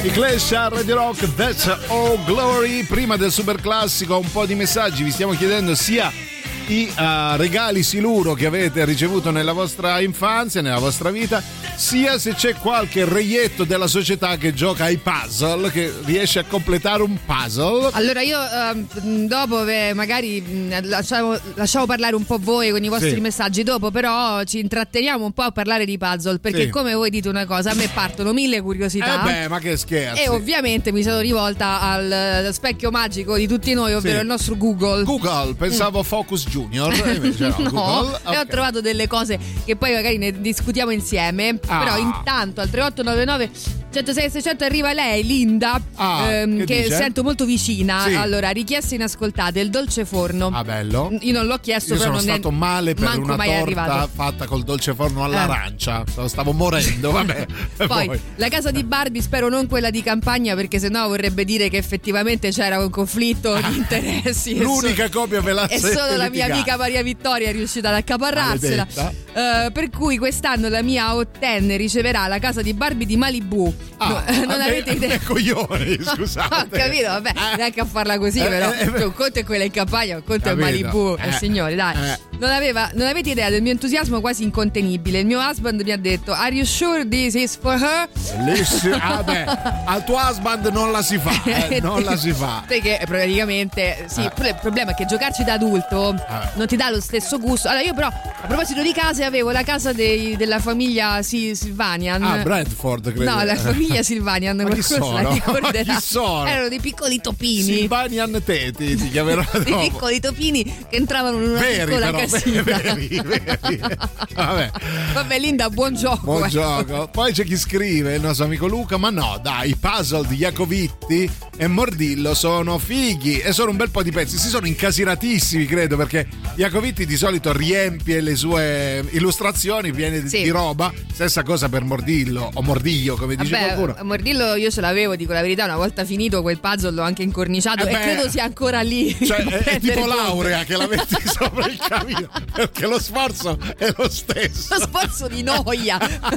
[SPEAKER 3] I Clash a Radio Rock, That's All Glory. Prima del super classico un po' di messaggi, vi stiamo chiedendo sia i uh, regali siluro che avete ricevuto nella vostra infanzia, nella vostra vita, sia se c'è qualche reietto della società che gioca ai puzzle, che riesce a completare un puzzle.
[SPEAKER 5] Allora io uh, dopo eh, magari mh, lasciamo, lasciamo parlare un po' voi con i vostri
[SPEAKER 3] sì.
[SPEAKER 5] messaggi, dopo però ci intratteniamo un po' a parlare di puzzle, perché
[SPEAKER 3] sì.
[SPEAKER 5] come voi dite una cosa, a me partono mille curiosità.
[SPEAKER 3] Eh beh, ma che scherzi.
[SPEAKER 5] E ovviamente mi sono rivolta al specchio magico di tutti noi, ovvero
[SPEAKER 3] sì.
[SPEAKER 5] il nostro Google.
[SPEAKER 3] Google, pensavo mm. Focus Junior, invece no,
[SPEAKER 5] no
[SPEAKER 3] Google.
[SPEAKER 5] E
[SPEAKER 3] okay.
[SPEAKER 5] ho trovato delle cose che poi magari ne discutiamo insieme. Ah. Però intanto al tre otto nove nove uno zero sei seicento arriva lei, Linda,
[SPEAKER 3] ah,
[SPEAKER 5] ehm,
[SPEAKER 3] che,
[SPEAKER 5] che sento molto vicina.
[SPEAKER 3] Sì.
[SPEAKER 5] Allora, richiesta inascoltate, il dolce forno.
[SPEAKER 3] Ah, bello.
[SPEAKER 5] Io non l'ho chiesto,
[SPEAKER 3] Io
[SPEAKER 5] però
[SPEAKER 3] sono
[SPEAKER 5] non
[SPEAKER 3] stato
[SPEAKER 5] è
[SPEAKER 3] male per
[SPEAKER 5] manco
[SPEAKER 3] una
[SPEAKER 5] mai
[SPEAKER 3] torta
[SPEAKER 5] arrivato.
[SPEAKER 3] fatta col dolce forno all'arancia. Eh. Stavo morendo, vabbè.
[SPEAKER 5] Poi,
[SPEAKER 3] poi
[SPEAKER 5] la casa di Barbie, spero non quella di campagna, perché sennò vorrebbe dire che effettivamente c'era un conflitto di interessi.
[SPEAKER 3] L'unica copia ve la
[SPEAKER 5] E solo la mia amica Maria Vittoria è riuscita ad accaparrarsela. Uh, per cui quest'anno la mia ottenne riceverà la casa di Barbie di Malibu.
[SPEAKER 3] Ah,
[SPEAKER 5] no, non
[SPEAKER 3] me,
[SPEAKER 5] avete idea.
[SPEAKER 3] coglioni, scusate.
[SPEAKER 5] Ho capito, vabbè,
[SPEAKER 3] eh.
[SPEAKER 5] neanche a farla così,
[SPEAKER 3] eh,
[SPEAKER 5] però.
[SPEAKER 3] Eh, eh,
[SPEAKER 5] un conto è quella in campagna, un conto
[SPEAKER 3] capito.
[SPEAKER 5] è Malibu.
[SPEAKER 3] Eh,
[SPEAKER 5] eh, signori, dai.
[SPEAKER 3] Eh.
[SPEAKER 5] Non, aveva, non avete idea del mio entusiasmo quasi incontenibile. Il mio husband mi ha detto: Are you sure this is for her?
[SPEAKER 3] Bellissimo. Ah, beh, al tuo husband non la si fa. Eh, non la si fa.
[SPEAKER 5] Sai che praticamente, sì,
[SPEAKER 3] eh.
[SPEAKER 5] il problema è che giocarci da adulto eh. non ti dà lo stesso gusto. Allora, io però, a proposito di case, avevo la casa dei, della famiglia si, Silvanian.
[SPEAKER 3] Ah, Bradford, credo.
[SPEAKER 5] No, la famiglia Silvanian.
[SPEAKER 3] Ma chi sono?
[SPEAKER 5] La
[SPEAKER 3] Ma chi sono?
[SPEAKER 5] Erano dei piccoli topini.
[SPEAKER 3] Silvanian Teti ti chiamerò
[SPEAKER 5] dei
[SPEAKER 3] dopo.
[SPEAKER 5] piccoli topini che entravano in una
[SPEAKER 3] veri,
[SPEAKER 5] piccola
[SPEAKER 3] però,
[SPEAKER 5] casina.
[SPEAKER 3] Veri, veri. Vabbè.
[SPEAKER 5] Vabbè, Linda, buon gioco.
[SPEAKER 3] Buon
[SPEAKER 5] eh.
[SPEAKER 3] gioco. Poi c'è chi scrive, il nostro amico Luca: ma no, dai, i puzzle di Iacovitti e Mordillo sono fighi e sono un bel po' di pezzi. Si sono incasiratissimi, credo, perché Iacovitti di solito riempie le sue illustrazioni piene
[SPEAKER 5] sì.
[SPEAKER 3] di roba. Stessa cosa per Mordillo o Mordiglio, come dice
[SPEAKER 5] Vabbè,
[SPEAKER 3] qualcuno.
[SPEAKER 5] Mordillo io ce l'avevo, dico la verità, una volta finito quel puzzle l'ho anche incorniciato
[SPEAKER 3] eh
[SPEAKER 5] e
[SPEAKER 3] beh,
[SPEAKER 5] credo sia ancora lì.
[SPEAKER 3] Cioè è, è tipo
[SPEAKER 5] conto.
[SPEAKER 3] laurea che la metti sopra il camino, perché lo sforzo è lo stesso.
[SPEAKER 5] Lo sforzo di noia.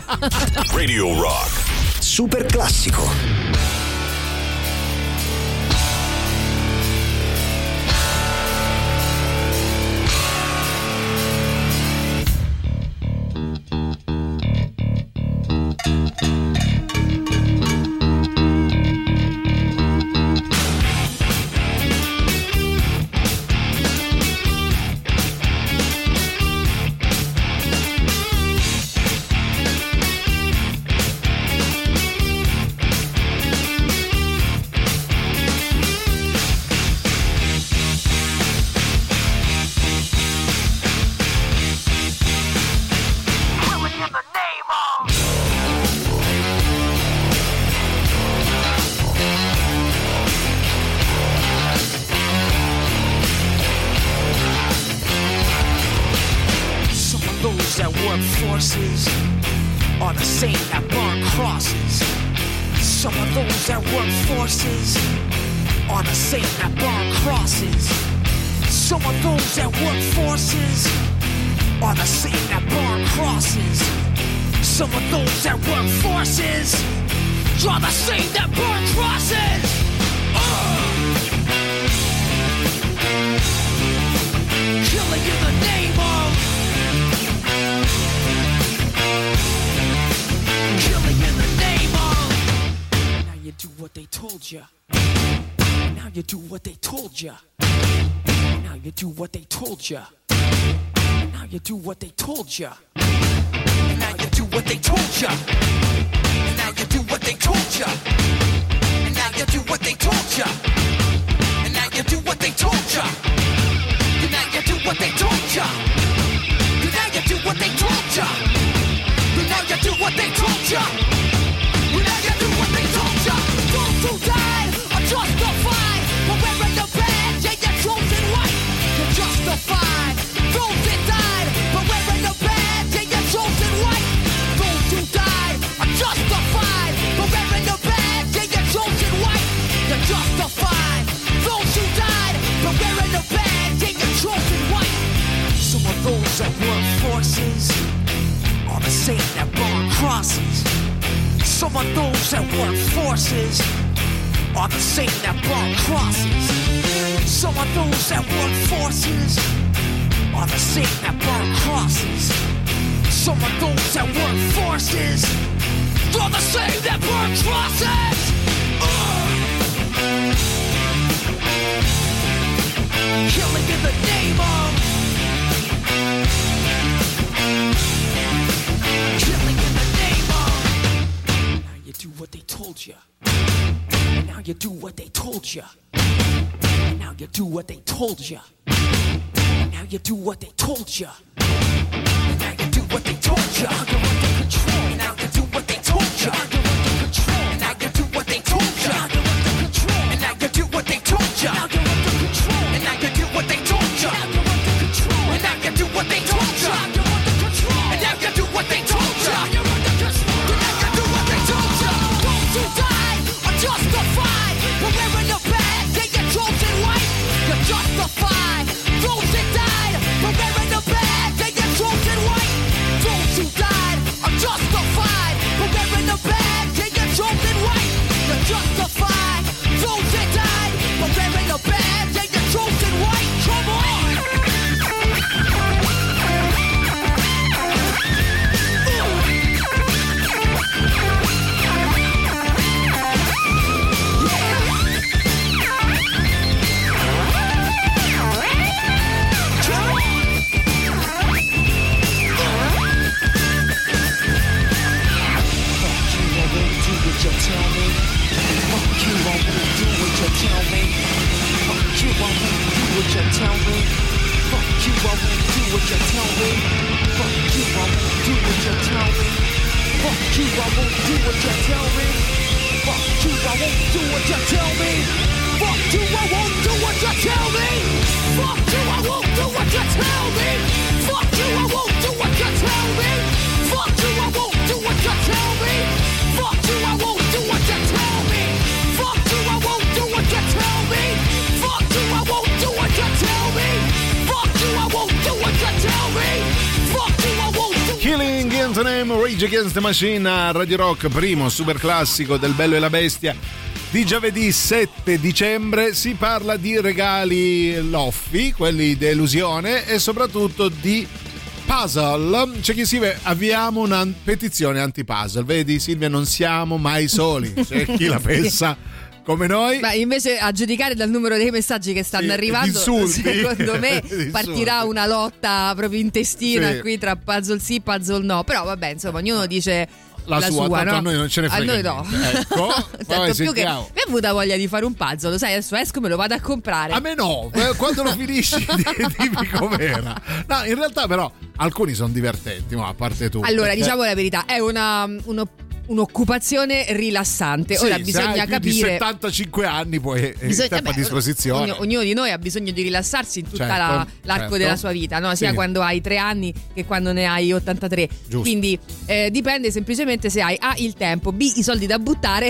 [SPEAKER 2] Radio Rock.
[SPEAKER 1] Super classico.
[SPEAKER 10] forces are the same that burn crosses. Some of those that work forces are the same that burn crosses. Some of those that work forces are the same that burn crosses. Some of those that work forces are the same that burn crosses. Uh! Killing in the name of Killing in the name of Now you do what they told you. Now you do what they told you. Now you do what they told you. Now you do what they told you. Now you do what they told you. Now you do what they told you. Now you do what they told you. Now you do what they told you. Now you do what they told ya. Now you do what they told ya. Now you do what they told ya. Now you do what they told ya. Those who died are justified for wearing the badge. Yeah, you're chosen white. You're justified. Those that died for wearing the badge. Yeah, you're chosen white. Those who died are justified. Some of those that work forces are the same that burn crosses. Some of those that work forces are the same that burn crosses. Some of those that work forces are the same that burn crosses. Uh. Killing in the name of, killing in the name of. Now you do what they told you. And now you do what they told you. And now you do what they told you. And now you do what they told you. And now you do what they told you. You're under control. And now you do what they told you. You're under control. And now you do what they told you. You're under control. And now you do what they told you. Now you're under control. And now you do what they told you. Now you're under control. And now you do what they told you. Now you're under control. And now you do what they told you. Now you're under control. And now you do what they told you. Those who died are justified. But wearing the badge, they get chosen white. You're justified. Those that died, but wearing the badge, they get chosen white. Those who died are justified. But wearing the badge, they get chosen white. You're justified. Those that died, but wearing the badge, they get chosen white. Come on. Tell me, fuck you, I won't do what you tell me. Fuck you, I won't do what you tell me. Fuck you, I won't do what you tell me. Fuck you, I won't do what you tell me. Fuck you, I won't do what you tell me. Fuck you, I won't do what you tell me. Fuck you, I won't do what you tell me. Fuck you, I won't do what you tell me. Fuck you, I won't do what you tell me. Fuck you, I won't do what you tell me. Fuck you, I won't do what you tell me. Fuck you, I won't do what you tell me. Fuck you, I won't do.
[SPEAKER 3] Killing in the Name, Rage Against the Machine a Radio Rock, primo super classico del Bello e la Bestia di giovedì sette dicembre. Si parla di regali loffi, quelli di elusione, e soprattutto di puzzle. C'è chi scrive: avviamo una petizione anti-puzzle. Vedi Silvia, non siamo mai soli, c'è chi la pensa come noi.
[SPEAKER 5] Ma invece, a giudicare dal numero dei messaggi che stanno sì, arrivando, secondo me partirà una lotta proprio intestina sì. qui tra puzzle sì, puzzle no. Però vabbè, insomma, ognuno dice la, la sua, sua
[SPEAKER 3] tanto
[SPEAKER 5] no?
[SPEAKER 3] a noi non ce ne frega.
[SPEAKER 5] A noi no.
[SPEAKER 3] Ecco,
[SPEAKER 5] tanto più che mi è avuta voglia di fare un puzzle, lo sai, adesso esco, me lo vado a comprare.
[SPEAKER 3] A me no, quando lo finisci dimmi com'era. No, in realtà però alcuni sono divertenti, ma a parte tu.
[SPEAKER 5] Allora,
[SPEAKER 3] perché...
[SPEAKER 5] diciamo la verità, è una uno un'occupazione rilassante.
[SPEAKER 3] Sì,
[SPEAKER 5] ora bisogna
[SPEAKER 3] se hai
[SPEAKER 5] capire
[SPEAKER 3] più di settantacinque anni poi bisogna, tempo vabbè, a disposizione.
[SPEAKER 5] Ognuno, ognuno di noi ha bisogno di rilassarsi in tutta
[SPEAKER 3] certo,
[SPEAKER 5] la, l'arco
[SPEAKER 3] certo.
[SPEAKER 5] della sua vita, no? Sia
[SPEAKER 3] sì.
[SPEAKER 5] quando hai tre anni che quando ne hai ottantatré.
[SPEAKER 3] Giusto.
[SPEAKER 5] Quindi eh, dipende semplicemente se hai A il tempo, B i soldi da buttare.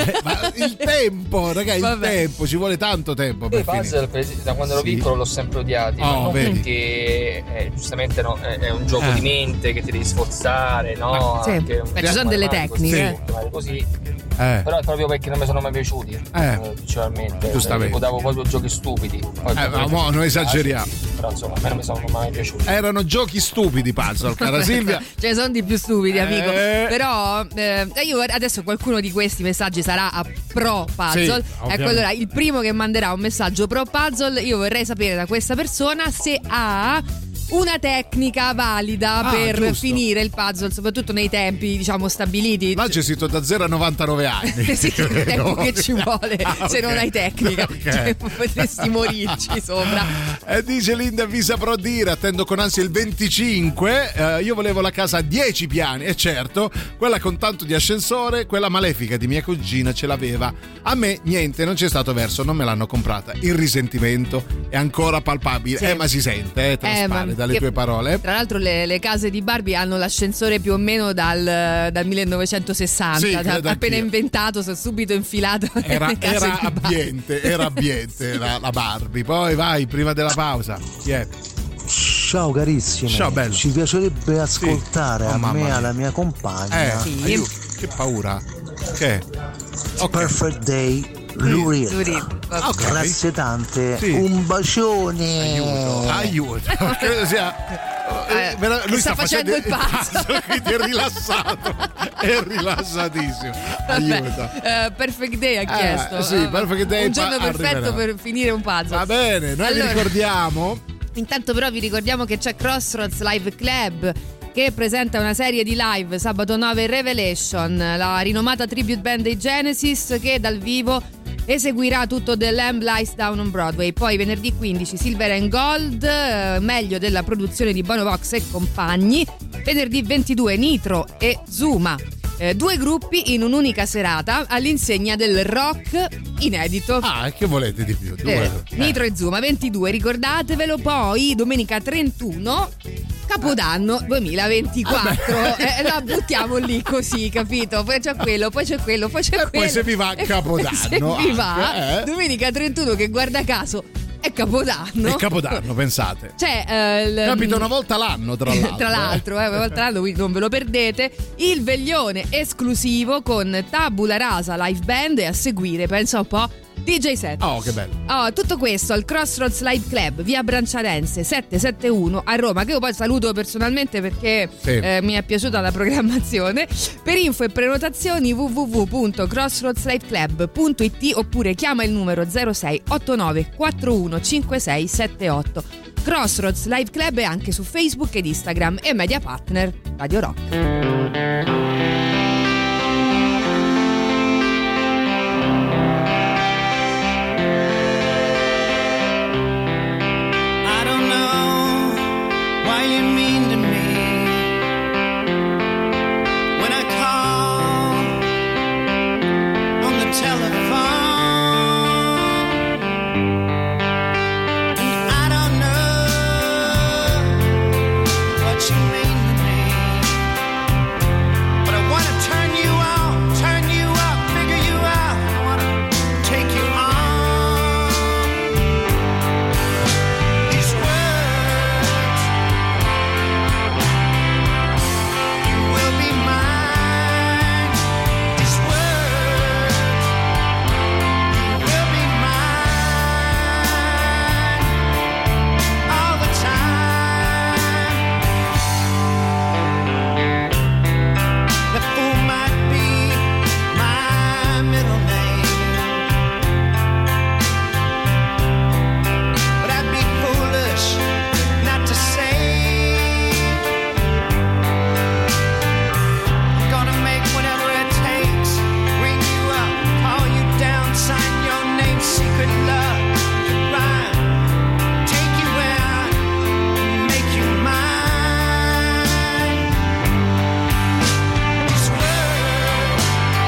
[SPEAKER 3] Ma il tempo, ragazzi, il vabbè. tempo, ci vuole tanto tempo per
[SPEAKER 7] i puzzle per, da quando ero sì. piccolo l'ho sempre odiati, oh, ma non vedi. Perché eh, giustamente no, è, è un gioco eh. di mente che ti devi sforzare, no?
[SPEAKER 5] Sì.
[SPEAKER 7] Anche,
[SPEAKER 5] Beh, ci sono delle tecniche.
[SPEAKER 7] Sì. Così, eh. però è proprio perché non mi sono mai piaciuti, eh. principalmente.
[SPEAKER 3] Giustamente.
[SPEAKER 7] Davo proprio giochi stupidi. Poi
[SPEAKER 3] eh, ma mo, non esageriamo.
[SPEAKER 7] Però insomma, a me non mi sono mai piaciuti.
[SPEAKER 3] Erano giochi stupidi, puzzle, cara Silvia.
[SPEAKER 5] Ce ne sono di più stupidi, eh. amico. Però eh, io adesso qualcuno di questi messaggi sarà a pro puzzle. Sì, ecco, allora il primo che manderà un messaggio pro puzzle, io vorrei sapere da questa persona se ha una tecnica valida ah, per giusto. finire il puzzle, soprattutto nei tempi, diciamo, stabiliti.
[SPEAKER 3] Là c'è scritto da zero a novantanove anni.
[SPEAKER 5] Sì, il tempo che ci vuole ah, okay. se non hai tecnica. Okay. Cioè, potresti morirci sopra.
[SPEAKER 3] E dice Linda, vi saprò dire, attendo con ansia il venticinque. Eh, io volevo la casa a dieci piani, e certo, quella con tanto di ascensore, quella malefica di mia cugina ce l'aveva. A me niente, non c'è stato verso, non me l'hanno comprata. Il risentimento è ancora palpabile. Sì. Eh, ma si sente, eh, traspare. Eh, dalle tue parole.
[SPEAKER 5] Tra l'altro le, le case di Barbie hanno l'ascensore più o meno dal, dal millenovecentosessanta, sì, appena anch'io. inventato, sono subito infilato
[SPEAKER 3] era, era ambiente, era ambiente la, la Barbie. Poi vai, prima della pausa. Yeah.
[SPEAKER 11] Ciao carissimi.
[SPEAKER 3] Ciao bello.
[SPEAKER 11] Ci piacerebbe ascoltare sì. oh, a me e alla mia compagna
[SPEAKER 5] eh, sì.
[SPEAKER 3] Che paura. Che?
[SPEAKER 11] Okay. Perfect Day. Lurid,
[SPEAKER 3] okay.
[SPEAKER 11] Grazie tante,
[SPEAKER 3] sì.
[SPEAKER 11] Un bacione.
[SPEAKER 3] Aiuto, aiuto. Credo sia.
[SPEAKER 5] Eh,
[SPEAKER 3] lui
[SPEAKER 5] sta, sta facendo, facendo il passo,
[SPEAKER 3] quindi è rilassato, è rilassatissimo. Aiuto.
[SPEAKER 5] Uh, Perfect Day ha chiesto.
[SPEAKER 3] Eh, sì, Perfect Day.
[SPEAKER 5] Un giorno
[SPEAKER 3] pa-
[SPEAKER 5] perfetto
[SPEAKER 3] arriverà.
[SPEAKER 5] Per finire un puzzle.
[SPEAKER 3] Va bene, noi
[SPEAKER 5] allora,
[SPEAKER 3] vi ricordiamo.
[SPEAKER 5] Intanto però vi ricordiamo che c'è Crossroads Live Club, che presenta una serie di live sabato nove Revelation, la rinomata tribute band dei Genesis, che dal vivo eseguirà tutto The Lamb Lies Down on Broadway. Poi venerdì quindici Silver and Gold, eh, meglio della produzione di Bono Vox e compagni. Venerdì ventidue Nitro e Zuma, eh, due gruppi in un'unica serata all'insegna del rock inedito.
[SPEAKER 3] Ah, che volete di più?
[SPEAKER 5] Eh, eh. Nitro e Zuma ventidue, ricordatevelo. Poi domenica trentuno Capodanno duemilaventiquattro, eh, la buttiamo lì così, capito? Poi c'è quello, poi c'è quello, poi c'è quello.
[SPEAKER 3] Poi se vi va Capodanno.
[SPEAKER 5] Se vi va,
[SPEAKER 3] eh.
[SPEAKER 5] domenica trentuno, che guarda caso è Capodanno.
[SPEAKER 3] È Capodanno, pensate.
[SPEAKER 5] Cioè, eh, l-
[SPEAKER 3] capita una volta l'anno, tra l'altro.
[SPEAKER 5] tra l'altro, eh, una volta l'anno, quindi non ve lo perdete. Il veglione esclusivo con Tabula Rasa Live Band e a seguire, pensa un po', D J set.
[SPEAKER 3] Oh, che bello.
[SPEAKER 5] Oh, tutto questo al Crossroads Live Club, via Branciarense settecentosettantuno a Roma, che io poi saluto personalmente perché sì. eh, mi è piaciuta la programmazione. Per info e prenotazioni w w w punto crossroads live club punto i t oppure chiama il numero zero sei otto nove quattro uno cinque sei sette otto. Crossroads Live Club è anche su Facebook ed Instagram e media partner Radio Rock.
[SPEAKER 6] Why you mean to me when I call on the telephone? And I don't know what you mean to me, but I wanna turn you on, turn you up, figure you out. I wanna take you on. These words will be mine. These words will be mine all the time. The fool might be my middle name, but I'd be foolish not to say I'm gonna make whatever it takes, ring you up, call you down, sign your name, secret love, rhyme, take you out, make you mine. These words,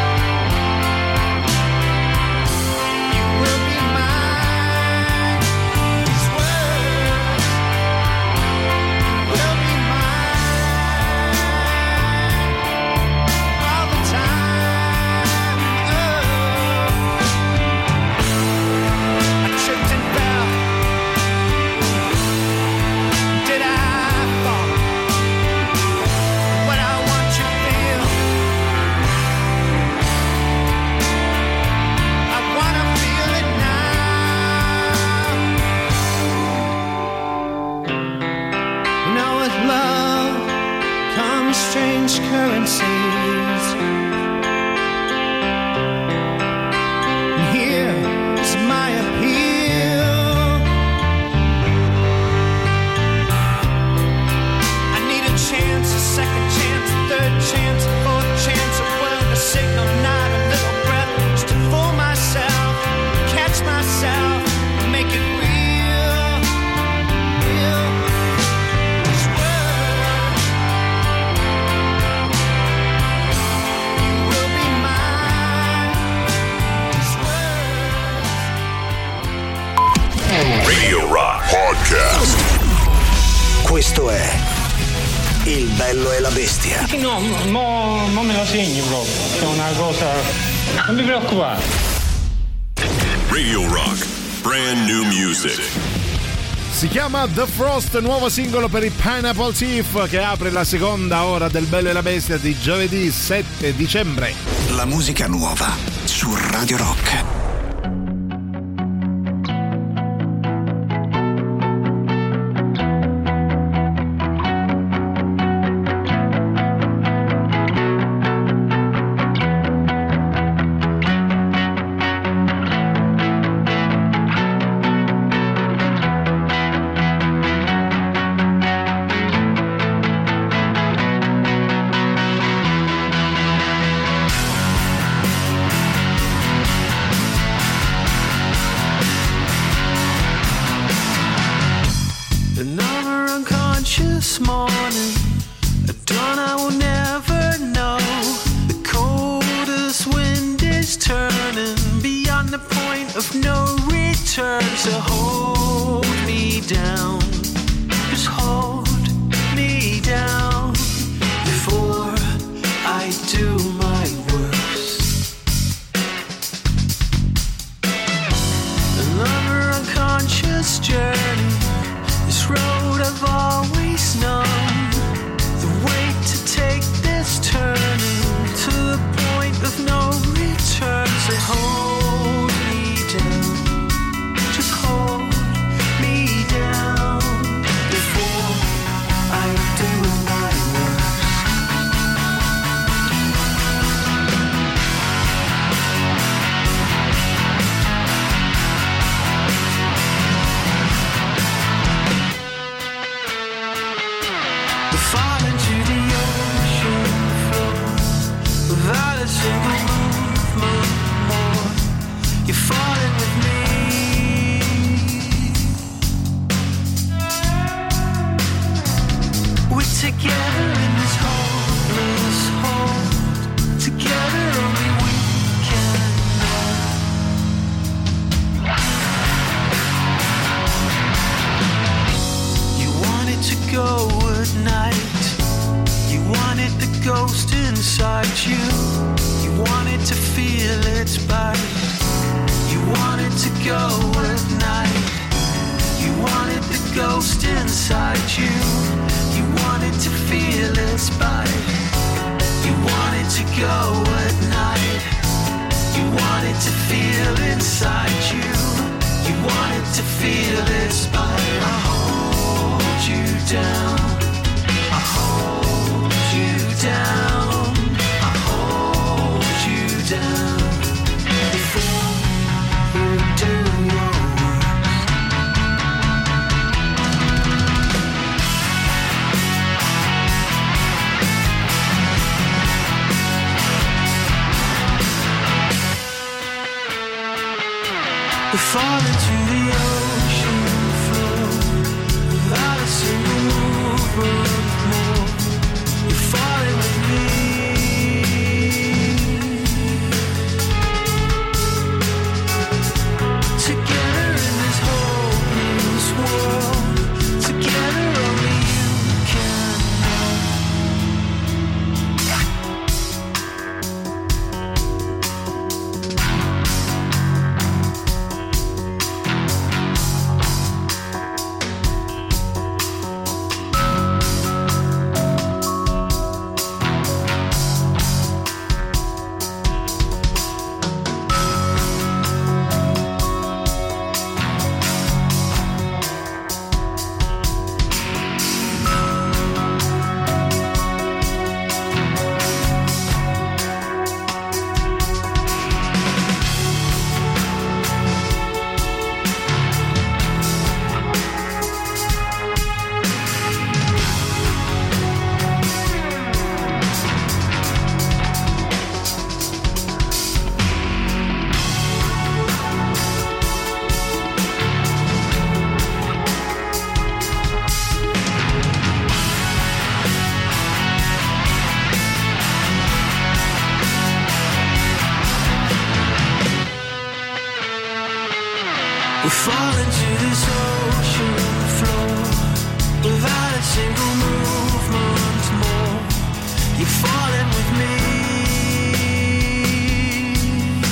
[SPEAKER 6] you will be mine. These words will be mine all the time. Oh, I tripped and fell. Did I fall? What I want you feel, I wanna feel it now. You know, with love comes strange currencies, and here is my appeal. I need a chance, a second chance, a third chance, a fourth chance, a word, a signal, not a little breath, just to fool myself, catch myself, make it real, real. These words, you will be mine. These words.
[SPEAKER 2] Radio Rock Podcast.
[SPEAKER 1] Questo è Il bello e la bestia.
[SPEAKER 12] No, no, non me la segni proprio, è una cosa. Non mi preoccupare.
[SPEAKER 2] Radio Rock. Brand new music.
[SPEAKER 3] Si chiama The Frost, nuovo singolo per i Pineapple Thief, che apre la seconda ora del Bello e la Bestia di giovedì sette dicembre.
[SPEAKER 1] La musica nuova su Radio Rock.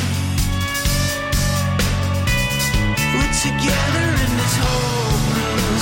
[SPEAKER 6] Together in this hopeless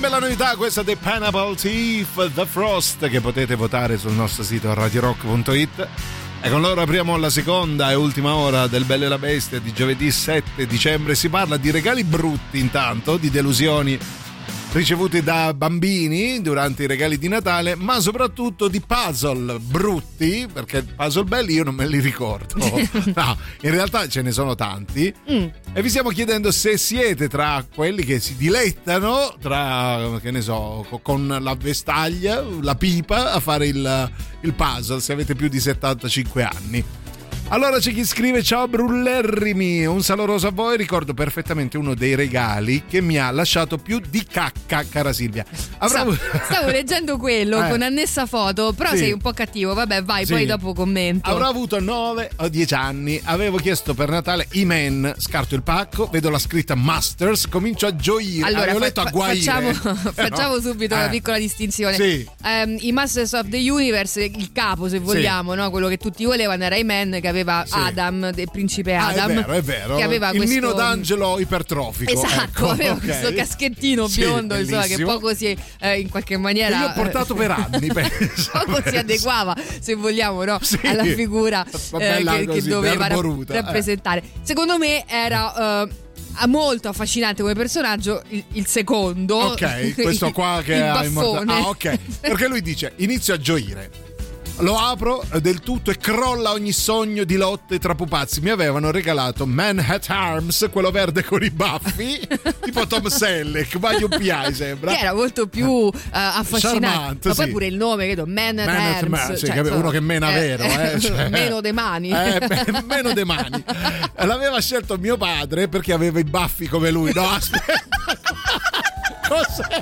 [SPEAKER 3] bella novità questa dei Pineapple Thief, The Frost, che potete votare sul nostro sito radio rock punto it. E con loro apriamo la seconda e ultima ora del Bello e la Bestia di giovedì sette dicembre. Si parla di regali brutti, intanto, di delusioni ricevuti da bambini durante i regali di Natale, ma soprattutto di puzzle brutti, perché puzzle belli io non me li ricordo. No, in realtà ce ne sono tanti. Mm. E vi stiamo chiedendo se siete tra quelli che si dilettano tra, che ne so, con la vestaglia, la pipa a fare il, il puzzle, se avete più di settantacinque anni. Allora c'è chi scrive: ciao brullerrimi, un saloroso a voi, ricordo perfettamente uno dei regali che mi ha lasciato più di cacca, cara Silvia. Avrà...
[SPEAKER 5] Stavo leggendo quello
[SPEAKER 3] eh.
[SPEAKER 5] con annessa foto, però
[SPEAKER 3] sì.
[SPEAKER 5] sei un po' cattivo, vabbè vai, sì. Poi dopo commento.
[SPEAKER 3] Avrò avuto nove o dieci anni, avevo chiesto per Natale I-Man, scarto il pacco, vedo la scritta Masters, comincio a gioire,
[SPEAKER 5] allora,
[SPEAKER 3] avevo
[SPEAKER 5] fa-
[SPEAKER 3] letto
[SPEAKER 5] fa-
[SPEAKER 3] a guaire.
[SPEAKER 5] Facciamo,
[SPEAKER 3] eh,
[SPEAKER 5] facciamo
[SPEAKER 3] no?
[SPEAKER 5] subito
[SPEAKER 3] eh.
[SPEAKER 5] una piccola distinzione.
[SPEAKER 3] Sì.
[SPEAKER 5] Um, I Masters of the Universe, il capo se vogliamo, sì. No? Quello che tutti volevano era I-Man, che aveva sì. Adam, del principe Adam,
[SPEAKER 3] ah, è vero, è vero.
[SPEAKER 5] che aveva
[SPEAKER 3] il
[SPEAKER 5] questo...
[SPEAKER 3] Nino d'Angelo ipertrofico,
[SPEAKER 5] esatto,
[SPEAKER 3] ecco,
[SPEAKER 5] aveva
[SPEAKER 3] okay.
[SPEAKER 5] questo caschettino
[SPEAKER 3] sì,
[SPEAKER 5] biondo, insomma, che poco si eh, in qualche maniera
[SPEAKER 3] che io ho portato per anni, penso.
[SPEAKER 5] Poco si adeguava, se vogliamo, no?
[SPEAKER 3] Sì.
[SPEAKER 5] Alla figura eh, che, così, che doveva
[SPEAKER 3] arboruta,
[SPEAKER 5] rappresentare. Eh. Secondo me era uh, molto affascinante come personaggio il, il secondo,
[SPEAKER 3] ok, questo qua che
[SPEAKER 5] il
[SPEAKER 3] ha
[SPEAKER 5] baffone.
[SPEAKER 3] Ah, ok, perché lui dice: inizio a gioire, lo apro del tutto e crolla ogni sogno di lotte tra pupazzi. Mi avevano regalato Man at Arms, quello verde con i baffi, tipo Tom Selleck, ma U P I sembra.
[SPEAKER 5] Che era molto più uh, affascinante.
[SPEAKER 3] Charmante,
[SPEAKER 5] ma
[SPEAKER 3] sì.
[SPEAKER 5] poi pure il nome, credo, Man at
[SPEAKER 3] Man
[SPEAKER 5] Arms.
[SPEAKER 3] At Man, sì,
[SPEAKER 5] cioè,
[SPEAKER 3] uno che mena
[SPEAKER 5] eh,
[SPEAKER 3] vero, eh, cioè,
[SPEAKER 5] meno de mani.
[SPEAKER 3] Eh, beh, meno de mani. L'aveva scelto mio padre perché aveva i baffi come lui. No, aspetta. Cos'è?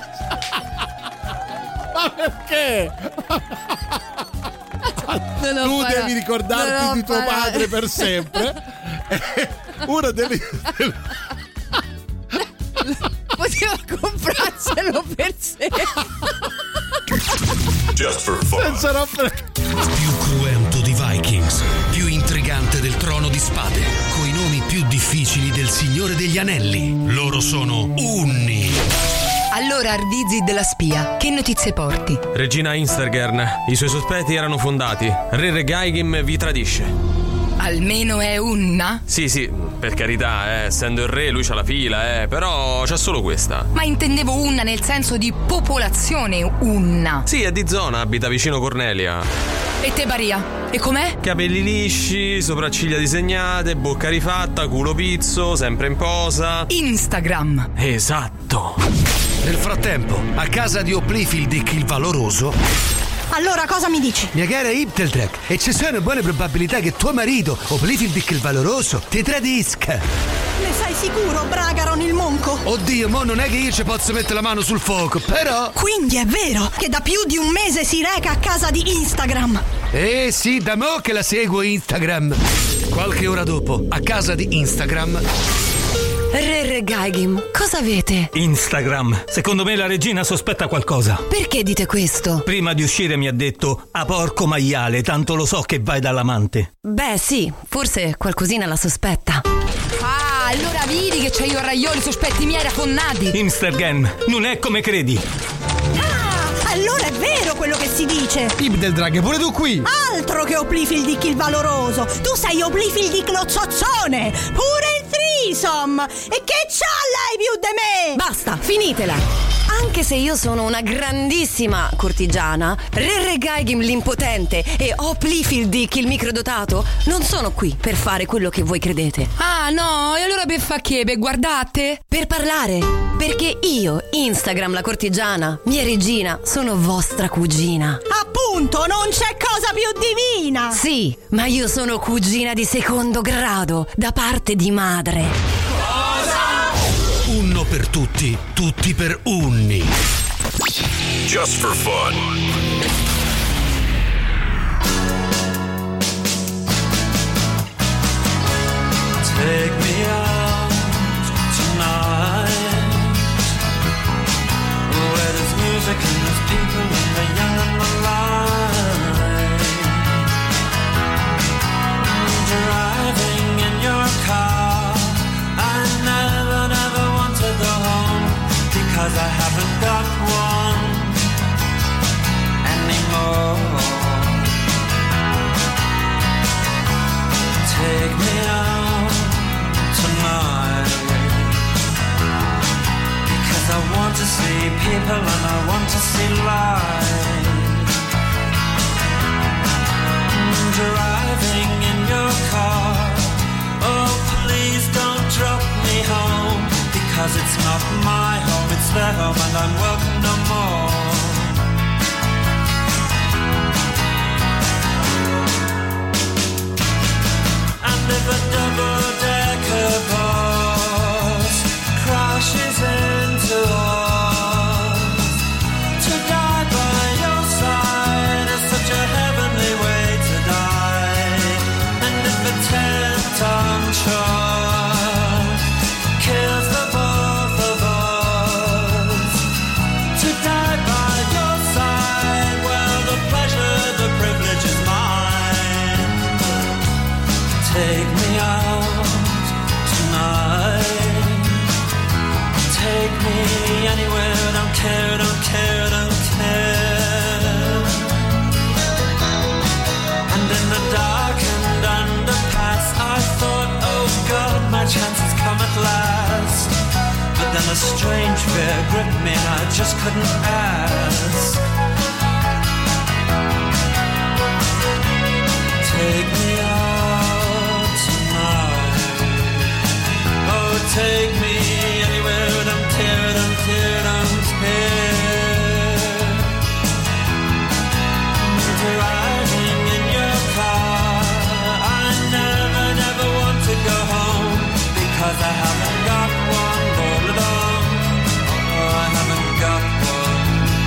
[SPEAKER 3] Ma perché? Tu
[SPEAKER 5] farà,
[SPEAKER 3] devi ricordarti di tuo
[SPEAKER 5] farà.
[SPEAKER 3] padre per sempre. Uno delle
[SPEAKER 5] poteva comprarselo per sé.
[SPEAKER 2] Just for fun.
[SPEAKER 3] Senza rompere.
[SPEAKER 13] Più cruento di Vikings, più intrigante del Trono di Spade, coi nomi più difficili del Signore degli Anelli. Loro sono Unni.
[SPEAKER 14] Allora, Ardizzi della spia, che notizie porti?
[SPEAKER 15] Regina Instagern, i suoi sospetti erano fondati. Re Regaigim vi tradisce.
[SPEAKER 14] Almeno è Unna?
[SPEAKER 15] Sì, sì, per carità, eh, essendo il re lui c'ha la fila, eh, però c'ha solo questa.
[SPEAKER 14] Ma intendevo Unna nel senso di popolazione Unna.
[SPEAKER 15] Sì, è di zona, abita vicino Cornelia.
[SPEAKER 14] E te Baria? E com'è?
[SPEAKER 15] Capelli lisci, sopracciglia disegnate, bocca rifatta, culo pizzo, sempre in posa.
[SPEAKER 14] Instagram.
[SPEAKER 15] Esatto.
[SPEAKER 13] Nel frattempo, a casa di Oplifildic il Valoroso.
[SPEAKER 16] Allora, cosa mi dici?
[SPEAKER 13] Mia cara Ipteltrek, e ci sono buone probabilità che tuo marito, Oplifildic il Valoroso, ti tradisca.
[SPEAKER 16] Ne sei sicuro, Bragaron il monco?
[SPEAKER 13] Oddio, mo non è che io ci posso mettere la mano sul fuoco, però...
[SPEAKER 16] Quindi è vero che da più di un mese si reca a casa di Instagram.
[SPEAKER 13] Eh sì, da mo' che la seguo Instagram. Qualche ora dopo, a casa di Instagram...
[SPEAKER 14] Re Regaigim, cosa avete?
[SPEAKER 17] Instagram. Secondo me la regina sospetta qualcosa.
[SPEAKER 14] Perché dite questo?
[SPEAKER 17] Prima di uscire mi ha detto: a porco maiale, tanto lo so che vai dall'amante.
[SPEAKER 14] Beh sì, forse qualcosina la sospetta. Ah, allora vedi che c'hai io a raioli sospetti miei raffonati.
[SPEAKER 17] Instagram, non è come credi.
[SPEAKER 16] Ah, allora è vero quello che si dice.
[SPEAKER 13] Ipteltrek, pure tu qui.
[SPEAKER 16] Altro che Oplifildic il Valoroso. Tu sei Oplifildic lo zozzone. Pure il threesome. E che c'ha lei più di me?
[SPEAKER 14] Basta, finitela. Anche se io sono una grandissima cortigiana, Re Regaigim l'impotente e Oplifildic il microdotato non sono qui per fare quello che voi credete. Ah no, e allora per fa che? Per guardate? Per parlare. Perché io, Instagram la cortigiana, mia regina, sono vostra cugina.
[SPEAKER 16] Appunto, non c'è cosa più divina.
[SPEAKER 14] Sì, ma io sono cugina di secondo grado, da parte di madre.
[SPEAKER 13] Cosa? Unno per tutti, tutti per Unni.
[SPEAKER 2] Just for fun.
[SPEAKER 6] Take me out tonight, where there's music and there's people and the young and the light. Driving in your car, I never, never want to go home, because I haven't got to see people and I want to see light. Driving in your car, oh please don't drop me home, because it's not my home, it's their home and I'm welcome no more. And if a double-decker bus crashes into us, to die by your side is such a heavenly way to die. And if a ten-ton truck kills the both of us, to die by your side, well, the pleasure, the privilege is mine. Take me out tonight, take me anywhere, don't care, don't care, don't care. And in the darkened underpass I thought, oh God, my chance has come at last. But then a strange fear gripped me and I just couldn't ask. Take me out tonight, oh take me anywhere, don't care, don't care, don't care. Driving in your car, I never, never want to go home, because I haven't got one all alone. Oh, I haven't got one.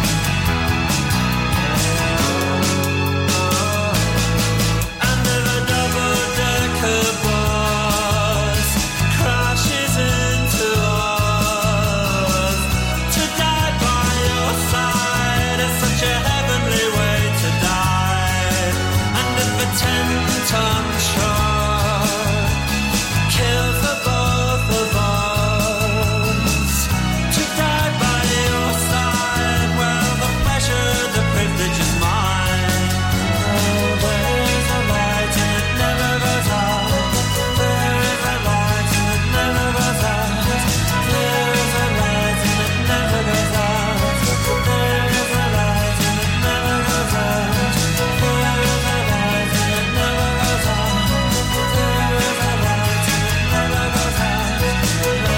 [SPEAKER 6] And if a double-decker bus crashes into us, to die by your side is such a heavenly way to die. And if a ten-ton truck kills the both of us, to die by your side, well, the pleasure, the privilege is mine. Oh, there is a light and it never goes out. There is a light and it never goes out. There is a light and it never goes out. There is a light and it never goes out. There is a light and it never goes out. There is a light and it never goes out. There is a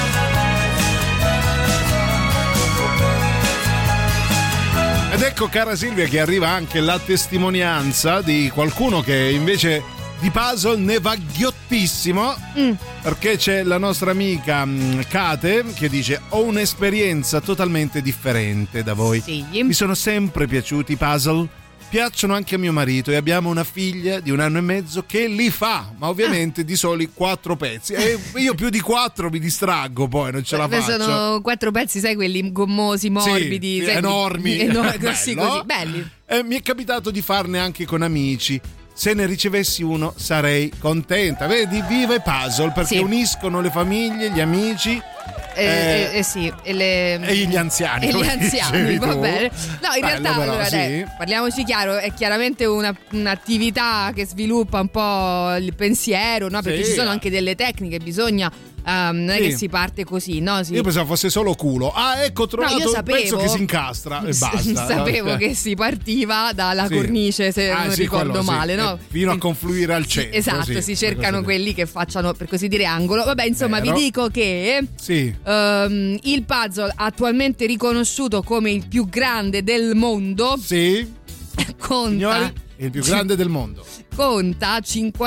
[SPEAKER 6] light.
[SPEAKER 3] Ed ecco, cara Silvia, che arriva anche la testimonianza di qualcuno che invece di puzzle ne va ghiottissimo,
[SPEAKER 5] Mm.
[SPEAKER 3] perché c'è la nostra amica mm, Kate che dice: ho un'esperienza totalmente differente da voi.
[SPEAKER 5] Sì.
[SPEAKER 3] Mi sono sempre piaciuti i puzzle, piacciono anche a mio marito e abbiamo una figlia di un anno e mezzo che li fa, ma ovviamente di soli quattro pezzi, e io più di quattro mi distraggo, poi non ce la
[SPEAKER 5] Beh,
[SPEAKER 3] faccio.
[SPEAKER 5] sono quattro pezzi, sai, quelli gommosi, morbidi,
[SPEAKER 3] Sì,
[SPEAKER 5] sai,
[SPEAKER 3] enormi,
[SPEAKER 5] enormi, così,
[SPEAKER 3] bello.
[SPEAKER 5] così, belli.
[SPEAKER 3] Eh, mi è capitato di farne anche con amici. Se ne ricevessi uno sarei contenta. Vedi, viva i puzzle, perché
[SPEAKER 5] Sì.
[SPEAKER 3] uniscono le famiglie, gli amici
[SPEAKER 5] Eh, eh, eh, sì, e, le...
[SPEAKER 3] e gli anziani.
[SPEAKER 5] e gli
[SPEAKER 3] come
[SPEAKER 5] anziani,
[SPEAKER 3] dicevi
[SPEAKER 5] va
[SPEAKER 3] tu.
[SPEAKER 5] bene. No, in
[SPEAKER 3] Bello,
[SPEAKER 5] realtà,
[SPEAKER 3] però,
[SPEAKER 5] allora,
[SPEAKER 3] sì.
[SPEAKER 5] dai, parliamoci chiaro, è chiaramente una, un'attività che sviluppa un po' il pensiero, no? Perché
[SPEAKER 3] Sì.
[SPEAKER 5] ci sono anche delle tecniche, bisogna, um, non è
[SPEAKER 3] Sì.
[SPEAKER 5] che si parte così, no? Si...
[SPEAKER 3] Io pensavo fosse solo culo. Ah, ecco, ho trovato
[SPEAKER 5] io
[SPEAKER 3] un
[SPEAKER 5] sapevo-
[SPEAKER 3] pezzo che si incastra e basta.
[SPEAKER 5] Sapevo
[SPEAKER 3] Ok.
[SPEAKER 5] che si partiva dalla
[SPEAKER 3] Sì.
[SPEAKER 5] cornice, se
[SPEAKER 3] Ah,
[SPEAKER 5] non
[SPEAKER 3] sì,
[SPEAKER 5] ricordo
[SPEAKER 3] quello sì.
[SPEAKER 5] male, no?
[SPEAKER 3] Eh, fino a confluire al centro.
[SPEAKER 5] Esatto,
[SPEAKER 3] sì,
[SPEAKER 5] si
[SPEAKER 3] una
[SPEAKER 5] cercano
[SPEAKER 3] cosa
[SPEAKER 5] quelli che facciano, per così dire, angolo. Vabbè, insomma,
[SPEAKER 3] Vero.
[SPEAKER 5] vi dico che
[SPEAKER 3] Sì.
[SPEAKER 5] ehm, il puzzle, attualmente riconosciuuto come il più grande del mondo,
[SPEAKER 3] Sì.
[SPEAKER 5] conta,
[SPEAKER 3] Signori, è il più grande del mondo.
[SPEAKER 5] conta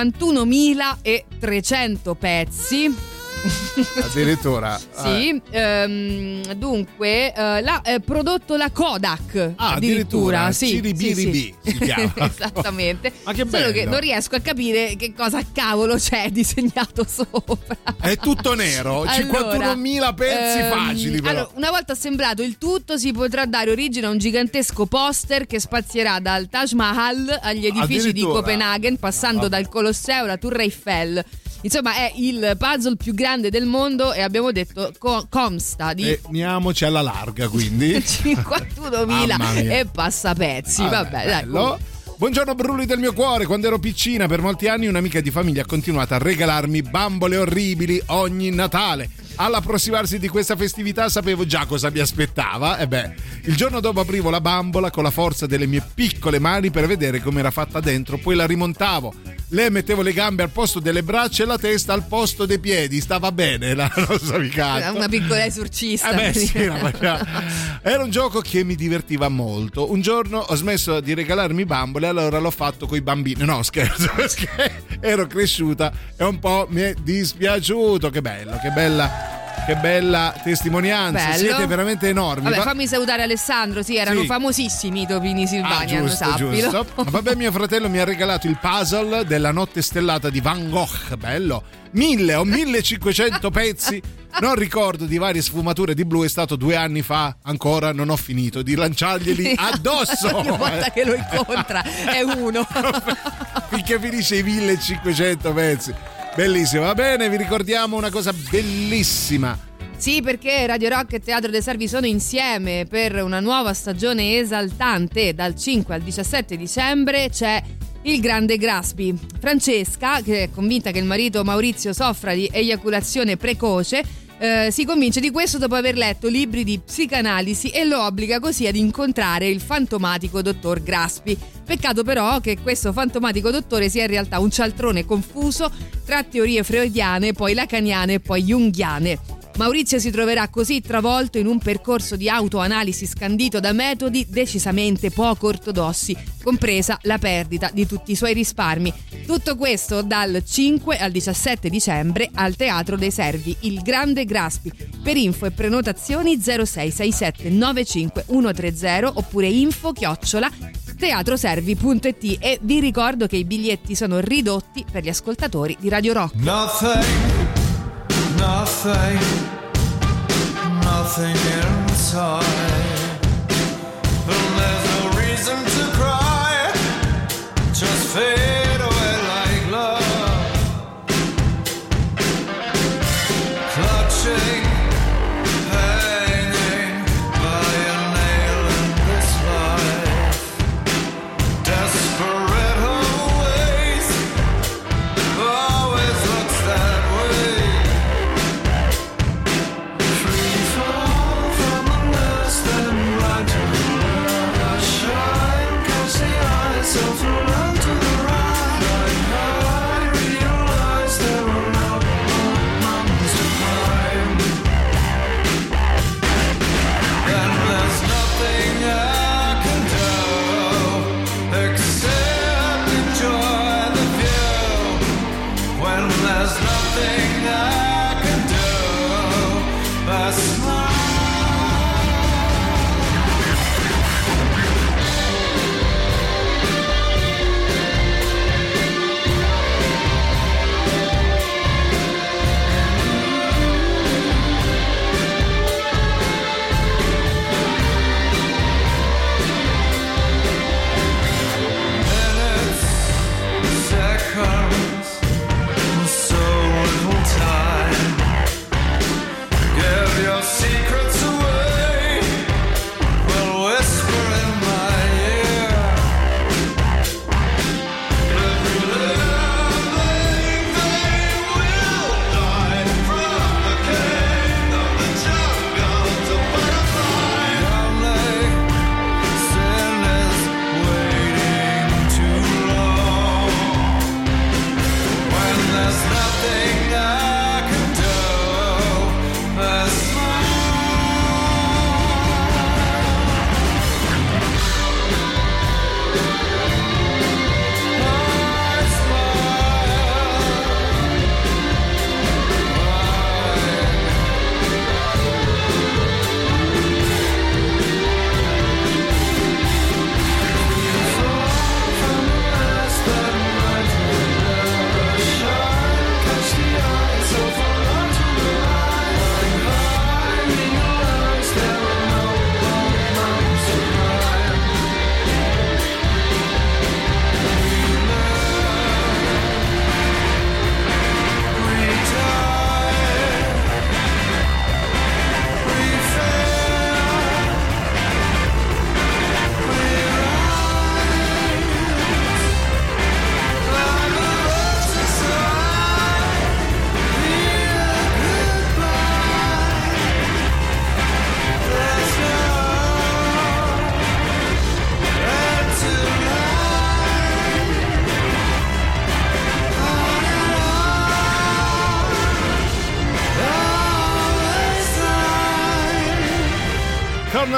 [SPEAKER 5] cinquantunomilatrecento pezzi.
[SPEAKER 3] Addirittura.
[SPEAKER 5] Sì, ehm, dunque eh, l'ha eh, prodotto la Kodak.
[SPEAKER 3] Ah,
[SPEAKER 5] addirittura,
[SPEAKER 3] addirittura,
[SPEAKER 5] sì,
[SPEAKER 3] Ciribiribi
[SPEAKER 5] sì, sì.
[SPEAKER 3] si chiama.
[SPEAKER 5] Esattamente.
[SPEAKER 3] Ma che
[SPEAKER 5] Solo che
[SPEAKER 3] bello.
[SPEAKER 5] non riesco a capire che cosa cavolo c'è disegnato sopra.
[SPEAKER 3] È tutto nero,
[SPEAKER 5] Allora,
[SPEAKER 3] cinquantunomila pezzi
[SPEAKER 5] ehm,
[SPEAKER 3] facili però.
[SPEAKER 5] Allora, una volta assemblato il tutto, si potrà dare origine a un gigantesco poster che spazierà dal Taj Mahal agli edifici di
[SPEAKER 3] Addirittura.
[SPEAKER 5] Copenaghen, passando dal Colosseo alla Torre Eiffel. Insomma, è il puzzle più grande del mondo e abbiamo detto co- consta di
[SPEAKER 3] E andiamoci alla larga, quindi.
[SPEAKER 5] cinquantunomila
[SPEAKER 3] Mamma mia.
[SPEAKER 5] e passapezzi.
[SPEAKER 3] Vabbè,
[SPEAKER 5] Vabbè, dai.
[SPEAKER 3] bello. Buongiorno Brulli del mio cuore, quando ero piccina per molti anni un'amica di famiglia ha continuato a regalarmi bambole orribili ogni Natale. All'approssimarsi di questa festività sapevo già cosa mi aspettava. E beh, il giorno dopo aprivo la bambola con la forza delle mie piccole mani per vedere come era fatta dentro, poi la rimontavo. Le mettevo le gambe al posto delle braccia e la testa al posto dei piedi. Stava bene la nostra amica.
[SPEAKER 5] Una piccola esorcista.
[SPEAKER 3] Eh beh, sì, era un gioco che mi divertiva molto. Un giorno ho smesso di regalarmi bambole e allora l'ho fatto coi bambini. No, scherzo, perché ero cresciuta e un po' mi è dispiaciuto. Che bello, che bella. Che bella testimonianza.
[SPEAKER 5] Bello.
[SPEAKER 3] Siete veramente enormi.
[SPEAKER 5] Vabbè,
[SPEAKER 3] Ma...
[SPEAKER 5] fammi salutare Alessandro. Sì, erano
[SPEAKER 3] Sì.
[SPEAKER 5] famosissimi i topini silvani,
[SPEAKER 3] Ah, giusto,
[SPEAKER 5] sappilo.
[SPEAKER 3] giusto. Ma vabbè, mio fratello mi ha regalato il puzzle della notte stellata di Van Gogh. Bello. Mille o millecinquecento pezzi. Non ricordo di varie sfumature di blu. È stato due anni fa. Ancora non ho finito di lanciarglieli addosso.
[SPEAKER 5] Ogni volta che lo incontra è uno.
[SPEAKER 3] Finché finisce i millecinquecento pezzi. Bellissimo, va bene, vi ricordiamo una cosa bellissima.
[SPEAKER 5] Sì, perché Radio Rock e Teatro dei Servi sono insieme per una nuova stagione esaltante. Dal cinque al diciassette dicembre c'è il grande Graspi. Francesca, che è convinta che il marito Maurizio soffra di eiaculazione precoce, eh, si convince di questo dopo aver letto libri di psicanalisi e lo obbliga così ad incontrare il fantomatico dottor Graspi. Peccato però che questo fantomatico dottore sia in realtà un cialtrone confuso tra teorie freudiane, poi lacaniane e poi junghiane. Maurizio si troverà così travolto in un percorso di autoanalisi scandito da metodi decisamente poco ortodossi, compresa la perdita di tutti i suoi risparmi. Tutto questo dal cinque al diciassette dicembre al Teatro dei Servi, il Grande Graspi. Per info e prenotazioni zero sei sei sette nove cinque uno tre zero oppure info chiocciola teatroservi punto it. E vi ricordo che i biglietti sono ridotti per gli ascoltatori di Radio Rock.
[SPEAKER 6] Nothing, nothing, nothing inside. But there's no reason to cry. Just fade away like love. Clutching, hanging by a nail in this life. Desperate always, always looks that way. Free fall from the nest and right to the left. Shine, catch the eyes, so from left to the right. I realize there are no mountains to climb. And there's nothing I can do except enjoy the view. When there's nothing I can do but smile. Minutes, seconds, so little time. Give your secret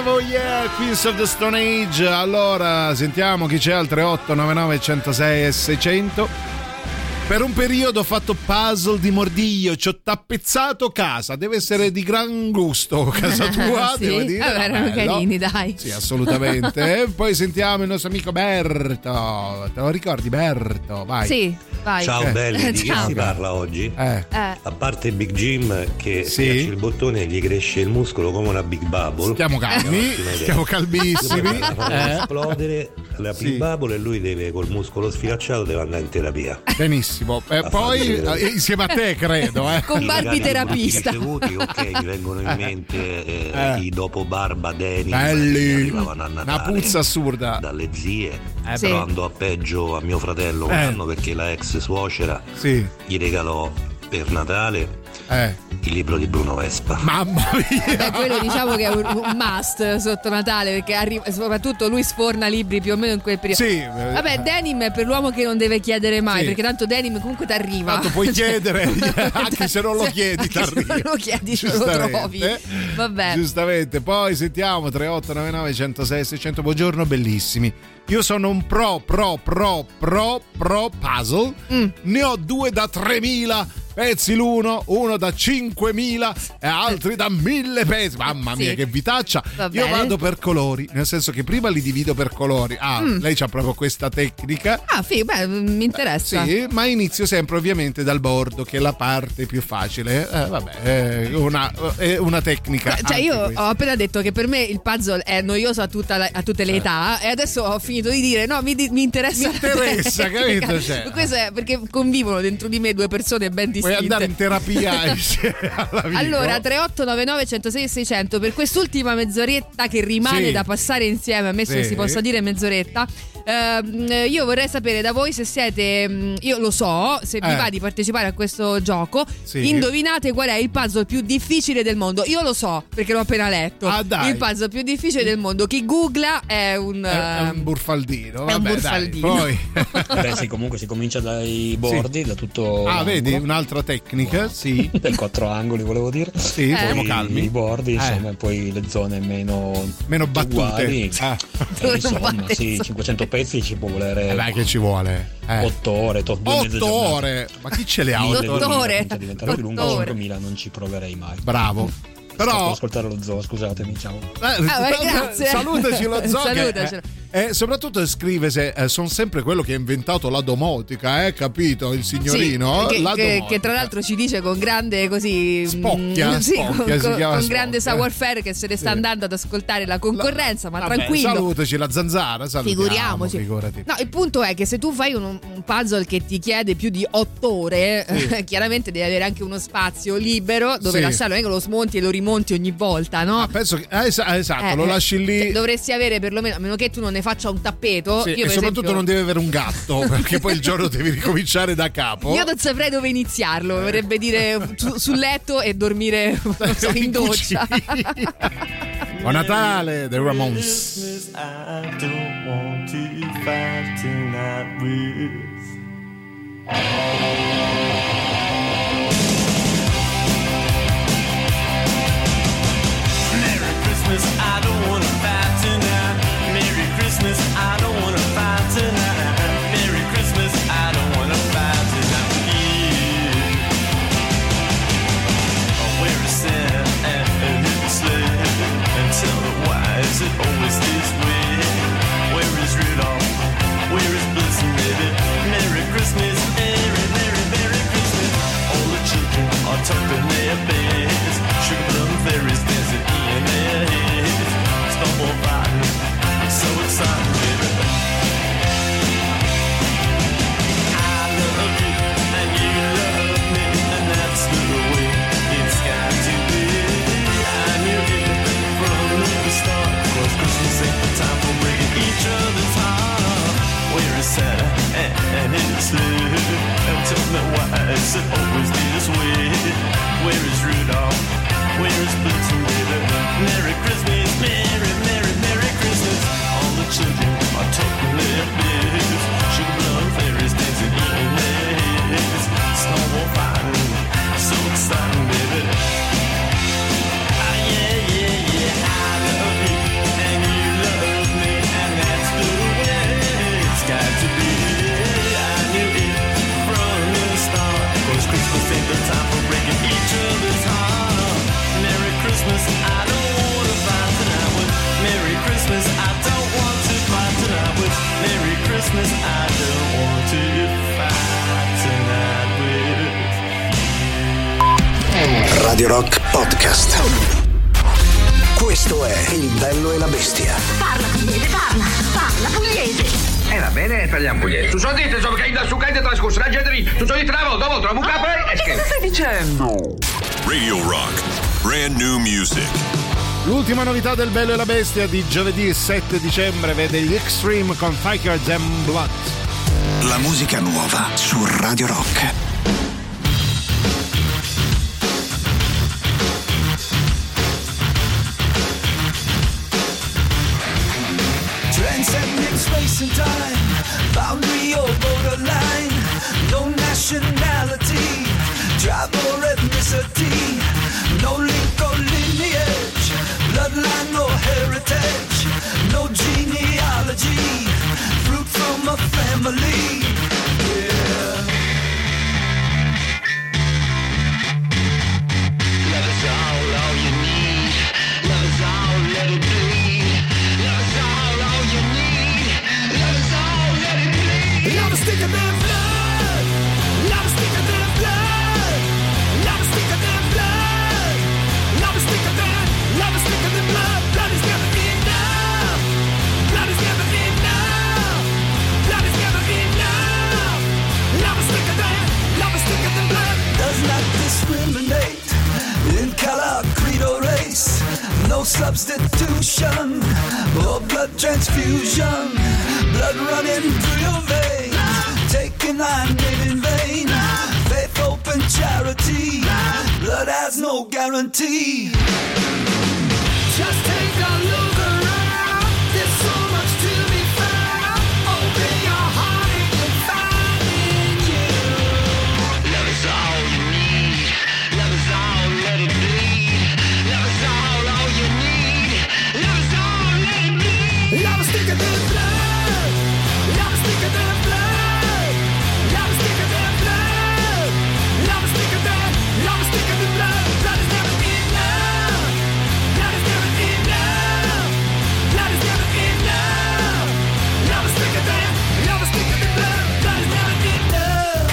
[SPEAKER 3] Bravo, yeah, Queens of the Stone Age. Allora, sentiamo chi c'è al tre otto nove nove uno zero sei seicento. Per un periodo ho fatto puzzle di mordiglio, ci ho tappezzato casa, deve essere di gran gusto casa tua,
[SPEAKER 5] sì?
[SPEAKER 3] devo dire.
[SPEAKER 5] Vabbè, erano
[SPEAKER 3] bello.
[SPEAKER 5] carini, dai.
[SPEAKER 3] Sì, assolutamente. E poi sentiamo il nostro amico Berto. Te lo ricordi, Berto? Vai.
[SPEAKER 5] Sì, vai.
[SPEAKER 18] Ciao
[SPEAKER 3] Eh.
[SPEAKER 18] belli, di che
[SPEAKER 5] Ciao.
[SPEAKER 18] si parla oggi?
[SPEAKER 3] Eh.
[SPEAKER 5] Eh.
[SPEAKER 18] A parte Big Jim che
[SPEAKER 3] Sì.
[SPEAKER 18] schiacci il bottone e gli cresce il muscolo come una Big Bubble.
[SPEAKER 3] Stiamo calmi, stiamo calmissimi.
[SPEAKER 18] La fa
[SPEAKER 3] Eh.
[SPEAKER 18] esplodere la Big
[SPEAKER 3] Sì.
[SPEAKER 18] Bubble e lui deve col muscolo sfilacciato deve andare in terapia.
[SPEAKER 3] Benissimo. Eh, poi eh, insieme a te, credo. Eh.
[SPEAKER 5] Con
[SPEAKER 18] I
[SPEAKER 5] Barbie
[SPEAKER 18] regali
[SPEAKER 5] terapista.
[SPEAKER 18] ricevuti, ok, mi vengono in mente eh,
[SPEAKER 3] Eh.
[SPEAKER 18] i dopo barba Denim
[SPEAKER 3] Belli.
[SPEAKER 18] che arrivavano a Natale,
[SPEAKER 3] Una puzza assurda.
[SPEAKER 18] dalle zie.
[SPEAKER 3] Eh,
[SPEAKER 5] Sì.
[SPEAKER 18] Però andò a peggio a mio fratello un
[SPEAKER 3] Eh.
[SPEAKER 18] anno perché la ex suocera
[SPEAKER 3] Sì.
[SPEAKER 18] gli regalò per Natale
[SPEAKER 3] Eh.
[SPEAKER 18] il libro di Bruno Vespa.
[SPEAKER 3] Mamma mia.
[SPEAKER 5] Beh, quello diciamo che è un, un must sotto Natale, perché arriva, soprattutto lui sforna libri più o meno in quel periodo.
[SPEAKER 3] Sì.
[SPEAKER 5] Vabbè, denim è per l'uomo che non deve chiedere mai,
[SPEAKER 3] Sì.
[SPEAKER 5] perché tanto denim comunque ti arriva.
[SPEAKER 3] Tanto puoi chiedere, anche se non lo
[SPEAKER 5] Cioè,
[SPEAKER 3] chiedi,
[SPEAKER 5] anche se
[SPEAKER 3] t'arriva.
[SPEAKER 5] non lo chiedi, ce lo
[SPEAKER 3] Giustamente.
[SPEAKER 5] trovi. Vabbè.
[SPEAKER 3] Giustamente. Poi sentiamo tre otto nove nove uno zero sei seicento. Buongiorno, bellissimi. Io sono un pro, pro, pro, pro, pro puzzle.
[SPEAKER 5] Mm.
[SPEAKER 3] Ne ho due da tremila pezzi l'uno, uno da cinquemila e altri da mille pezzi. Mamma mia,
[SPEAKER 5] Sì.
[SPEAKER 3] che vitaccia.
[SPEAKER 5] Va
[SPEAKER 3] Io
[SPEAKER 5] bene.
[SPEAKER 3] vado per colori, nel senso che prima li divido per colori. Ah,
[SPEAKER 5] Mm.
[SPEAKER 3] lei c'ha proprio questa tecnica.
[SPEAKER 5] Ah, figo, beh, mi interessa.
[SPEAKER 3] Sì, ma inizio sempre ovviamente dal bordo, che è la parte più facile. Eh, vabbè, è una, è una tecnica.
[SPEAKER 5] Cioè,
[SPEAKER 3] anche
[SPEAKER 5] io
[SPEAKER 3] questa.
[SPEAKER 5] ho appena detto che per me il puzzle è noioso a, tutta la- a tutte le età, e adesso ho finito di dire no, mi, di- mi interessa.
[SPEAKER 3] Mi interessa,
[SPEAKER 5] la tecnica.
[SPEAKER 3] capito? Cioè.
[SPEAKER 5] Questo è perché convivono dentro di me due persone ben
[SPEAKER 3] Puoi
[SPEAKER 5] distinte.
[SPEAKER 3] andare in terapia insieme alla Vigo.
[SPEAKER 5] Allora, tre otto nove nove uno zero sei seicento per quest'ultima mezz'oretta che rimane
[SPEAKER 3] Sì.
[SPEAKER 5] da passare insieme, ammesso
[SPEAKER 3] Sì.
[SPEAKER 5] che si possa dire mezz'oretta. ehm, io vorrei sapere da voi se siete, mm, io lo so, se vi
[SPEAKER 3] Eh.
[SPEAKER 5] va di partecipare a questo gioco.
[SPEAKER 3] Sì.
[SPEAKER 5] Indovinate qual è il puzzle più difficile del mondo. Io lo so perché l'ho appena letto.
[SPEAKER 3] Ah, dai.
[SPEAKER 5] Il puzzle più difficile del mondo. Chi googla è un,
[SPEAKER 3] È, è un
[SPEAKER 5] ehm,
[SPEAKER 3] burfaldino.
[SPEAKER 5] è un
[SPEAKER 3] Vabbè,
[SPEAKER 5] burfaldino.
[SPEAKER 3] Dai, poi.
[SPEAKER 19] Beh sì, comunque si comincia dai bordi, da tutto
[SPEAKER 3] Ah,
[SPEAKER 19] l'angolo.
[SPEAKER 3] vedi, un'altra tecnica, sì.
[SPEAKER 19] Dai quattro angoli volevo dire.
[SPEAKER 3] Sì,
[SPEAKER 5] Eh.
[SPEAKER 3] stiamo
[SPEAKER 19] Poi
[SPEAKER 3] calmi.
[SPEAKER 19] I bordi,
[SPEAKER 3] Eh.
[SPEAKER 19] insomma, e poi le zone meno
[SPEAKER 3] Meno battute.
[SPEAKER 19] uguali.
[SPEAKER 3] Ah.
[SPEAKER 19] Eh, insomma,
[SPEAKER 5] battute.
[SPEAKER 19] sì, cinquecento pezzi ci può volere
[SPEAKER 3] Eh, dai, che ci vuole? Eh.
[SPEAKER 19] otto ore, to- due e mezze
[SPEAKER 3] Otto
[SPEAKER 19] giornate.
[SPEAKER 3] ore? Ma chi ce le ha?
[SPEAKER 19] Mille,
[SPEAKER 3] otto ore?
[SPEAKER 5] Otto ore.
[SPEAKER 19] comincia a diventare più lungo,
[SPEAKER 5] Otto ore.
[SPEAKER 19] cinquemila non ci proverei mai.
[SPEAKER 3] Bravo.
[SPEAKER 19] Sto per
[SPEAKER 3] Però
[SPEAKER 19] ascoltare lo zoo, scusatemi, ciao.
[SPEAKER 3] Eh,
[SPEAKER 5] Ah, beh,
[SPEAKER 3] tanto-
[SPEAKER 5] grazie.
[SPEAKER 3] Salutaci lo zoo che-
[SPEAKER 5] Salutacelo.
[SPEAKER 3] eh, eh, soprattutto scrive se eh, sono sempre quello che ha inventato la domotica, eh, capito il signorino?
[SPEAKER 5] Sì, che,
[SPEAKER 3] La
[SPEAKER 5] che-
[SPEAKER 3] domotica.
[SPEAKER 5] che tra l'altro ci dice con grande così
[SPEAKER 3] Spocchia,
[SPEAKER 5] mm, sì,
[SPEAKER 3] spocchia,
[SPEAKER 5] con,
[SPEAKER 3] si
[SPEAKER 5] con-
[SPEAKER 3] chiama
[SPEAKER 5] con grande
[SPEAKER 3] spocchia.
[SPEAKER 5] savoir-faire che se ne sta
[SPEAKER 3] Sì.
[SPEAKER 5] andando ad ascoltare la concorrenza, ma
[SPEAKER 3] Vabbè,
[SPEAKER 5] tranquillo.
[SPEAKER 3] Salutaci la zanzara, salutiamo,
[SPEAKER 5] Figuriamoci.
[SPEAKER 3] figurati.
[SPEAKER 5] No, il punto è che se tu fai un, un puzzle che ti chiede più di otto ore,
[SPEAKER 3] Sì.
[SPEAKER 5] chiaramente devi avere anche uno spazio libero dove
[SPEAKER 3] Sì.
[SPEAKER 5] lasciarlo, non è che lo smonti e lo rimonti ogni volta, no?
[SPEAKER 3] Ah, penso che ah, es- ah, esatto,
[SPEAKER 5] Eh,
[SPEAKER 3] lo
[SPEAKER 5] eh,
[SPEAKER 3] lasci lì.
[SPEAKER 5] cioè, dovresti avere perlomeno, a meno che tu non ne faccia un tappeto.
[SPEAKER 3] Sì,
[SPEAKER 5] io
[SPEAKER 3] e
[SPEAKER 5] per
[SPEAKER 3] soprattutto
[SPEAKER 5] esempio,
[SPEAKER 3] non deve avere un gatto, perché poi il giorno devi ricominciare da capo.
[SPEAKER 5] Io non saprei dove iniziarlo, vorrebbe dire su- sul letto e dormire non so, in doccia.
[SPEAKER 3] Buon Natale, The Ramones.
[SPEAKER 20] Christmas, I don't want to fight tonight with. Merry Christmas, I don't wanna fight tonight. Merry Christmas, I don't wanna fight tonight. Merry Christmas, I don't wanna fight tonight with you. Where is Santa and his sleigh? And tell me why is it always this way? Where is Rudolph? Where is Blitzen, baby? Merry Christmas, Merry, Merry, Merry Christmas. All the children are tucked in their beds. Sugar plum fairies dancing in their heads. Snowball fighting, so exciting, baby. I love you and you love me, and that's the way it's got to be. I knew it from the start, 'cause Christmas ain't the time for breaking each other's heart. Where is Santa and, and his sleigh? And tell me why is it always this way? Where is Rudolph? Where is Blitzen, baby? Merry Christmas, Merry, Merry, Merry Christmas. All the children are talking their beds. Sugar plum fairies dancing in their heads. Snowball fighting, so exciting, baby. Ah, yeah, yeah, yeah, I love you
[SPEAKER 1] Radio Rock Podcast. Questo è Il Bello e la Bestia.
[SPEAKER 21] Parla pugliese, parla, parla pugliese.
[SPEAKER 22] Eh va bene, parliamo pugliese. Tu sono dite, sono che da su cade trascorso, la gente lì, tu sono di travo, dopo trovo un capo e
[SPEAKER 21] che stai dicendo?
[SPEAKER 2] Radio Rock, brand new music.
[SPEAKER 3] L'ultima novità del Bello e la Bestia di giovedì sette dicembre vede gli Extreme con Thicker Than Blood.
[SPEAKER 1] La musica nuova su Radio Rock.
[SPEAKER 6] Transcending space and time, boundary or borderline, no nationality, tribe or ethnicity, no link or lineage, bloodline or heritage, no genealogy, fruit from a family, yeah. Love is all, all you need, love is all, let it bleed, love is all, all you need, love is all, let it bleed. Love is thicker than blood, love is thicker than blood, love is thicker than blood, love is thicker than, love is thicker than blood, blood is never enough, blood is never enough, blood is never enough, love is thicker than, love is thicker than blood, does not discriminate in color, creed or race, no substitution or blood transfusion, blood running through your veins, taking thy name in vain, faith, hope and charity, blood has no guarantee. Just take a look around, there's so much to be found, open your heart and you'll find in you. Love is all you need, love is all, let it bleed, love is all, all you need, love is all, let it bleed. Love is thicker than blood, love is thicker than blood, love is thicker than blood, love is thicker than, love is thicker than blood, blood is never enough, blood is never enough, blood is never enough, love is thicker than, love is thicker than blood, blood is never enough.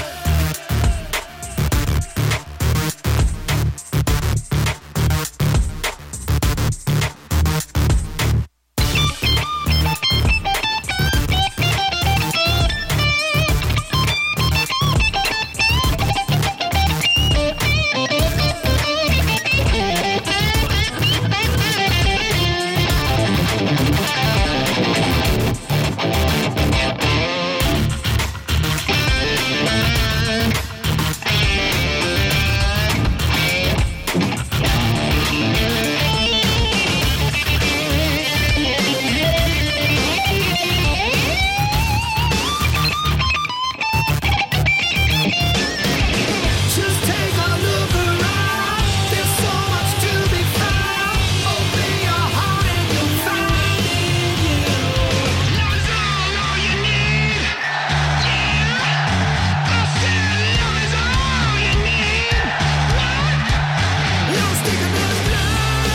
[SPEAKER 6] Just take a look around, there's so much to be found, open your heart and you'll find in you. Love is all, all you need, yeah, I said love is all you need, what? Love is thicker than blood.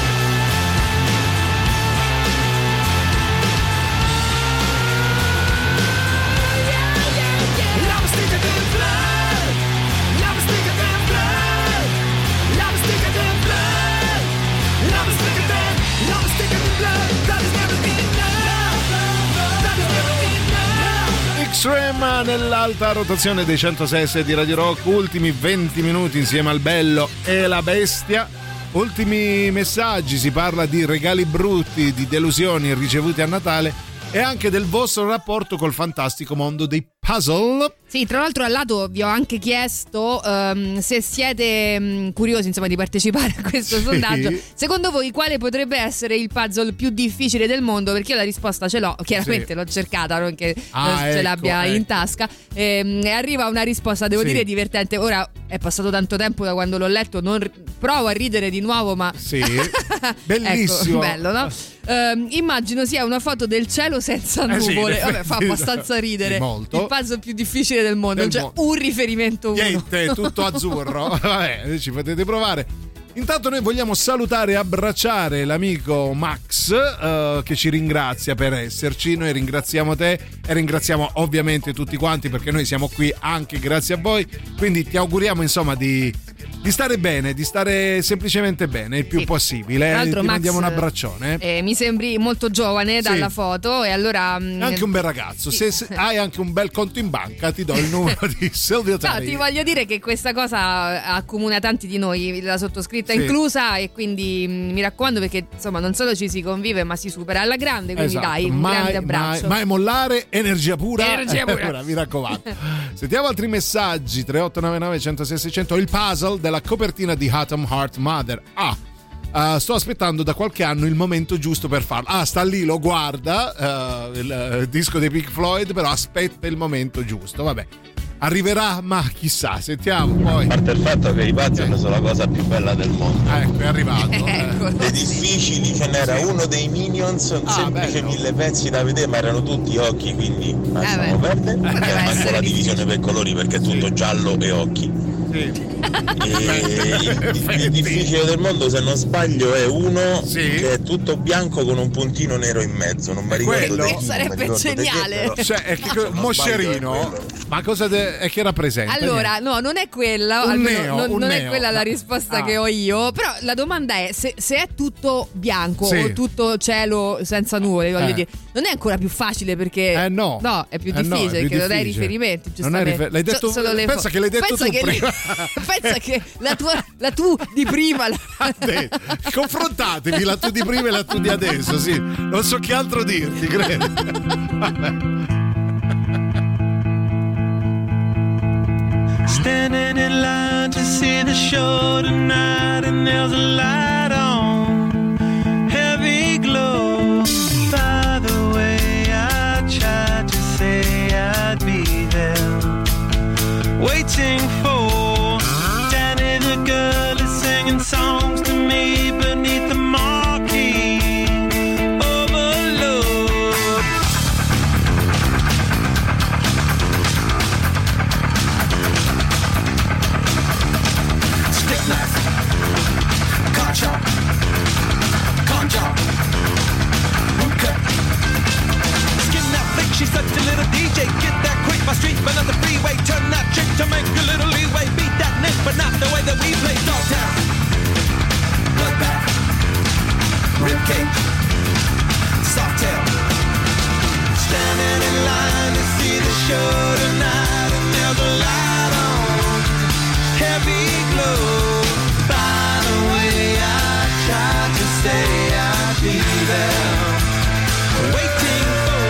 [SPEAKER 6] Love is thicker than blood, love is thicker than blood, love is thicker than blood, love is thicker than, love is thicker than blood, blood is never enough, blood is never enough.
[SPEAKER 3] Extreme nell'alta rotazione dei centosei e sei di Radio Rock, ultimi venti minuti insieme al Bello e la Bestia. Ultimi messaggi, si parla di regali brutti, di delusioni ricevute a Natale e anche del vostro rapporto col fantastico mondo dei puzzle.
[SPEAKER 5] Sì, tra l'altro al lato vi ho anche chiesto um, se siete um, curiosi insomma di partecipare a questo
[SPEAKER 3] Sì.
[SPEAKER 5] sondaggio. Secondo voi quale potrebbe essere il puzzle più difficile del mondo? Perché io la risposta ce l'ho, chiaramente
[SPEAKER 3] Sì.
[SPEAKER 5] l'ho cercata, non che
[SPEAKER 3] Ah,
[SPEAKER 5] ce
[SPEAKER 3] ecco,
[SPEAKER 5] l'abbia
[SPEAKER 3] ecco.
[SPEAKER 5] in tasca. E, e arriva una risposta, devo
[SPEAKER 3] Sì.
[SPEAKER 5] dire, divertente. Ora è passato tanto tempo da quando l'ho letto, non r- provo a ridere di nuovo, ma
[SPEAKER 3] Sì, bellissimo.
[SPEAKER 5] ecco, bello, no? Ehm, immagino sia una foto del cielo senza
[SPEAKER 3] Eh sì,
[SPEAKER 5] nuvole.
[SPEAKER 3] in
[SPEAKER 5] Vabbè, fa
[SPEAKER 3] effetti,
[SPEAKER 5] abbastanza ridere.
[SPEAKER 3] sì, molto.
[SPEAKER 5] Il puzzle più difficile del mondo,
[SPEAKER 3] Del
[SPEAKER 5] cioè
[SPEAKER 3] mondo.
[SPEAKER 5] un riferimento uno.
[SPEAKER 3] Niente, tutto azzurro. Vabbè, ci potete provare. Intanto noi vogliamo salutare e abbracciare l'amico Max uh, che ci ringrazia per esserci. Noi ringraziamo te e ringraziamo ovviamente tutti quanti, perché noi siamo qui anche grazie a voi. Quindi ti auguriamo insomma di, di stare bene, di stare semplicemente bene il più
[SPEAKER 5] Sì.
[SPEAKER 3] possibile.
[SPEAKER 5] Tra
[SPEAKER 3] Eh,
[SPEAKER 5] l'altro,
[SPEAKER 3] ti
[SPEAKER 5] Max,
[SPEAKER 3] mandiamo un abbraccione.
[SPEAKER 5] Eh, mi sembri molto giovane dalla
[SPEAKER 3] Sì.
[SPEAKER 5] foto e allora
[SPEAKER 3] È anche un bel ragazzo. Se, se hai anche un bel conto in banca, ti do il numero di Silvio
[SPEAKER 5] No,
[SPEAKER 3] Tari.
[SPEAKER 5] ti voglio dire che questa cosa accomuna tanti di noi, la sottoscritta
[SPEAKER 3] Sì.
[SPEAKER 5] inclusa, e quindi mh, mi raccomando, perché insomma non solo ci si convive ma si supera alla grande, quindi
[SPEAKER 3] Esatto.
[SPEAKER 5] dai, un
[SPEAKER 3] mai,
[SPEAKER 5] grande abbraccio.
[SPEAKER 3] Mai, mai mollare, energia pura.
[SPEAKER 5] Energia pura.
[SPEAKER 3] Ora, mi raccomando. Sentiamo altri messaggi. tre otto nove nove uno zero sei sei zero zero. Il puzzle della copertina di Atom Heart Mother. Ah. Uh, sto aspettando da qualche anno il momento giusto per farlo. Ah, sta lì, lo guarda, uh, il, uh, disco dei Pink Floyd, però aspetta il momento giusto. Vabbè, arriverà, ma chissà, sentiamo poi.
[SPEAKER 8] A parte il fatto che i puzzle sono la cosa più bella del mondo.
[SPEAKER 3] Ecco, è arrivato.
[SPEAKER 5] Ecco.
[SPEAKER 8] Dei difficili ce n'era uno dei Minions, un
[SPEAKER 3] Ah,
[SPEAKER 8] semplice
[SPEAKER 3] bello.
[SPEAKER 8] mille pezzi da vedere, ma erano tutti occhi, quindi lasciamo
[SPEAKER 5] beh.
[SPEAKER 8] perdere.
[SPEAKER 5] Deve
[SPEAKER 8] C'era manco
[SPEAKER 5] essere
[SPEAKER 8] la divisione per colori perché è tutto giallo e occhi.
[SPEAKER 3] Sì.
[SPEAKER 8] E il, il difficile del mondo, se non sbaglio, è uno
[SPEAKER 3] Sì.
[SPEAKER 8] che è tutto bianco con un puntino nero in mezzo. Non mi ricordo
[SPEAKER 3] quello?
[SPEAKER 8] di chi, non mi
[SPEAKER 5] Sarebbe
[SPEAKER 8] ricordo di che,
[SPEAKER 5] geniale.
[SPEAKER 8] però,
[SPEAKER 3] Cioè, è che
[SPEAKER 8] se non
[SPEAKER 3] moscerino.
[SPEAKER 8] sbaglio, è quello.
[SPEAKER 3] Ma cosa de- è che rappresenta?
[SPEAKER 5] Allora, no, non è quella,
[SPEAKER 3] Un
[SPEAKER 5] almeno
[SPEAKER 3] neo,
[SPEAKER 5] non,
[SPEAKER 3] un
[SPEAKER 5] non è
[SPEAKER 3] neo.
[SPEAKER 5] quella la
[SPEAKER 3] No.
[SPEAKER 5] risposta
[SPEAKER 3] Ah.
[SPEAKER 5] che ho io, però la domanda è se, se è tutto bianco
[SPEAKER 3] Sì.
[SPEAKER 5] o tutto cielo senza nuvole, voglio
[SPEAKER 3] Eh.
[SPEAKER 5] dire, non è ancora più facile perché
[SPEAKER 3] Eh no.
[SPEAKER 5] no, è più
[SPEAKER 3] Eh no, è
[SPEAKER 5] difficile
[SPEAKER 3] più
[SPEAKER 5] perché non hai
[SPEAKER 3] difficile.
[SPEAKER 5] riferimenti,
[SPEAKER 3] Non hai
[SPEAKER 5] giustamente.
[SPEAKER 3] rifer- l'hai detto-
[SPEAKER 5] So- solo le
[SPEAKER 3] pensa
[SPEAKER 5] fo-
[SPEAKER 3] che l'hai detto
[SPEAKER 5] pensa
[SPEAKER 3] tu
[SPEAKER 5] che
[SPEAKER 3] prima.
[SPEAKER 5] pensa che la tua la tu di prima la-
[SPEAKER 3] Dai, confrontatevi la tu di prima e la tu di adesso, sì. Non so che altro dirti, credo. Vabbè.
[SPEAKER 6] Standing in line to see the show tonight, and there's a light on, heavy glow. By the way, I tried to say I'd be there, waiting for Danny the girl is singing songs to me beneath the marquee. Overload. Stick knife, car chop, con chop, root cut. Skin that flick, she's such a little D J. Get that quick, my street, but on the freeway. Turn that trick to make a little leeway. Beat that nick, but not the way that we play. Dogtown, bloodbath, ribcage, softail. Standing in line to see the show tonight, and there's a light on, heavy glow. By the way, I tried to say I'd be there, waiting for.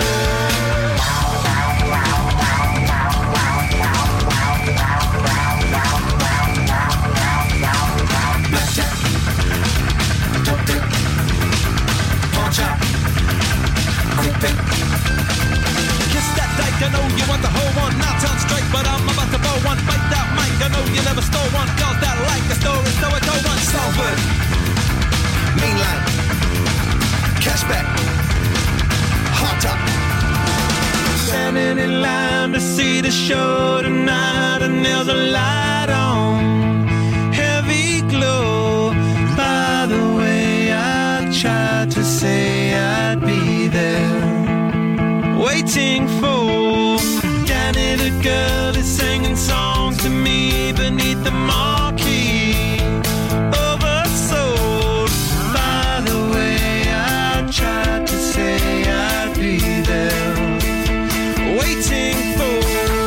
[SPEAKER 6] Blackjack, dope dick, pawn chop, quick pick. Kiss that dyke, I know you want the whole one. Not on straight, but I'm about to blow one. Bite that mic, I know you never stole one. Girls that like the story, so I told one. Salford, mainline, cashback, hot top. Standing in line to see the show tonight, and there's a light on, heavy glow. By the way, I tried to say I'd be there, waiting for Danny the girl is singing songs to me beneath the marquee. Oversold. By the way, I tried to say I'd be there, waiting for.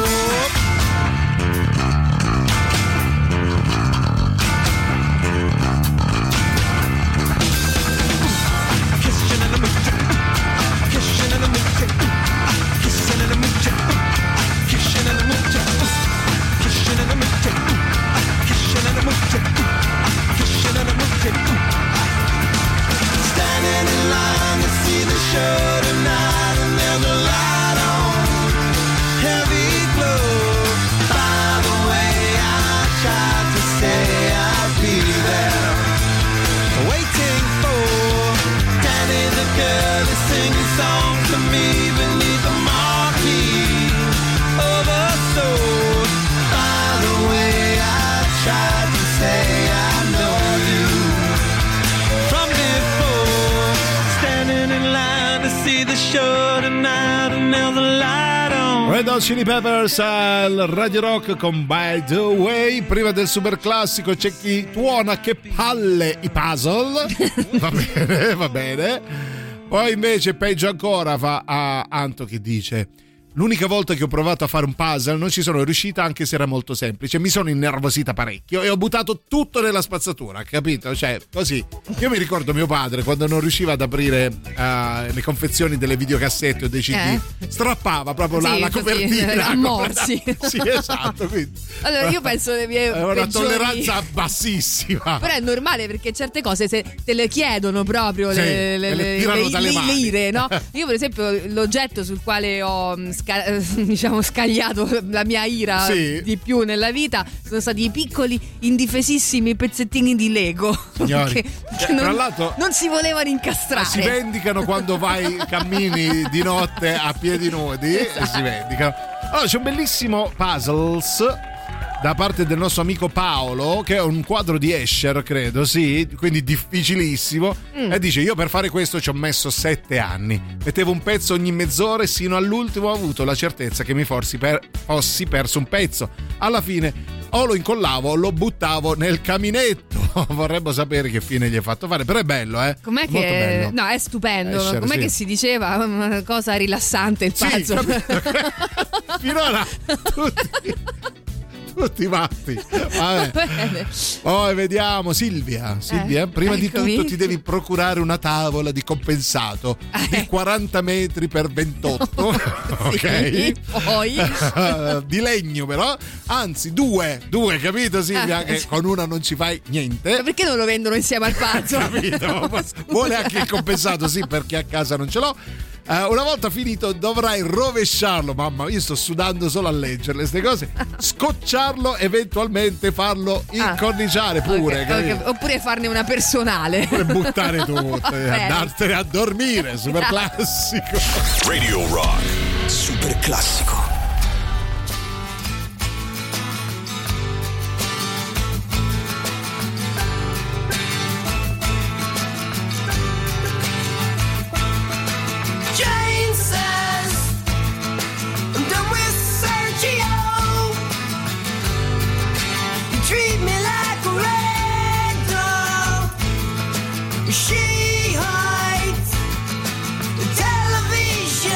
[SPEAKER 6] Kissing in the mood, kissing in the mood, kissing in the mood, kissing in the mood, kissing in the mood, kissing in the mood, kissing in the mood. Standing in line to see the show tonight, and there's a light on, heavy glow. By the way, I tried to say I'd be there, waiting for Danny the girl is singing songs to me beneath the marquee. Oversold. By the way, I tried to say I know you from before. Standing in line to see the show tonight, and there's a light on.
[SPEAKER 3] Red Hot Chili Peppers al Radio Rock con By The Way. Prima del super classico c'è chi tuona che palle i puzzle. Va bene, va bene. Poi invece peggio ancora fa a Anto che dice: l'unica volta che ho provato a fare un puzzle non ci sono riuscita, anche se era molto semplice. Mi sono innervosita parecchio e ho buttato tutto nella spazzatura, capito? Cioè, così. Io mi ricordo mio padre quando non riusciva ad aprire uh, le confezioni delle videocassette o dei C D, eh? strappava proprio sì, la, la copertina
[SPEAKER 5] a morsi.
[SPEAKER 3] Sì, esatto. Quindi,
[SPEAKER 5] allora io penso le mie
[SPEAKER 3] è una
[SPEAKER 5] peggiori...
[SPEAKER 3] tolleranza bassissima.
[SPEAKER 5] Però è normale, perché certe cose se te le chiedono proprio, sì, le, le, le,
[SPEAKER 3] le,
[SPEAKER 5] le, le lire, no? Io per esempio l'oggetto sul quale ho sca- diciamo scagliato la mia ira sì. di più nella vita sono stati i piccoli indifesissimi pezzettini di Lego.
[SPEAKER 3] Signori,
[SPEAKER 5] che, che
[SPEAKER 3] tra
[SPEAKER 5] non,
[SPEAKER 3] l'altro
[SPEAKER 5] non si volevano incastrare.
[SPEAKER 3] Si vendicano quando vai cammini di notte a piedi nudi, esatto. E si vendicano. Allora c'è un bellissimo puzzles da parte del nostro amico Paolo, che è un quadro di Escher, credo, sì, quindi difficilissimo. Mm. E dice: io per fare questo ci ho messo sette anni. Mettevo un pezzo ogni mezz'ora e sino all'ultimo ho avuto la certezza che mi fossi, per, fossi perso un pezzo. Alla fine o lo incollavo o lo buttavo nel caminetto. Vorremmo sapere che fine gli hai fatto fare, però è bello, eh?
[SPEAKER 5] Com'è
[SPEAKER 3] Molto
[SPEAKER 5] che
[SPEAKER 3] bello.
[SPEAKER 5] No, è stupendo.
[SPEAKER 3] Escher,
[SPEAKER 5] Com'è
[SPEAKER 3] sì.
[SPEAKER 5] che si diceva? Una cosa rilassante il puzzle.
[SPEAKER 3] Sì, finora tutti tutti matti. Vabbè. Poi vediamo Silvia Silvia,
[SPEAKER 5] eh,
[SPEAKER 3] prima
[SPEAKER 5] eccomi.
[SPEAKER 3] di tutto ti devi procurare una tavola di compensato eh. di quaranta metri per ventotto.
[SPEAKER 5] Sì,
[SPEAKER 3] ok,
[SPEAKER 5] poi
[SPEAKER 3] di legno, però anzi due due capito Silvia,
[SPEAKER 5] eh.
[SPEAKER 3] che con una non ci fai niente.
[SPEAKER 5] Ma perché non lo vendono insieme al puzzle?
[SPEAKER 3] Capito? Vuole anche il compensato, sì, perché a casa non ce l'ho. Uh, una volta finito dovrai rovesciarlo, mamma, io sto sudando solo a leggerle queste cose, scocciarlo, eventualmente farlo incorniciare ah, pure,
[SPEAKER 5] okay, okay. Oppure farne una personale,
[SPEAKER 3] oppure buttare tutto e andartene a dormire. Super classico.
[SPEAKER 2] Radio Rock
[SPEAKER 1] super classico.
[SPEAKER 6] Treat me like a rag doll. She hides the television.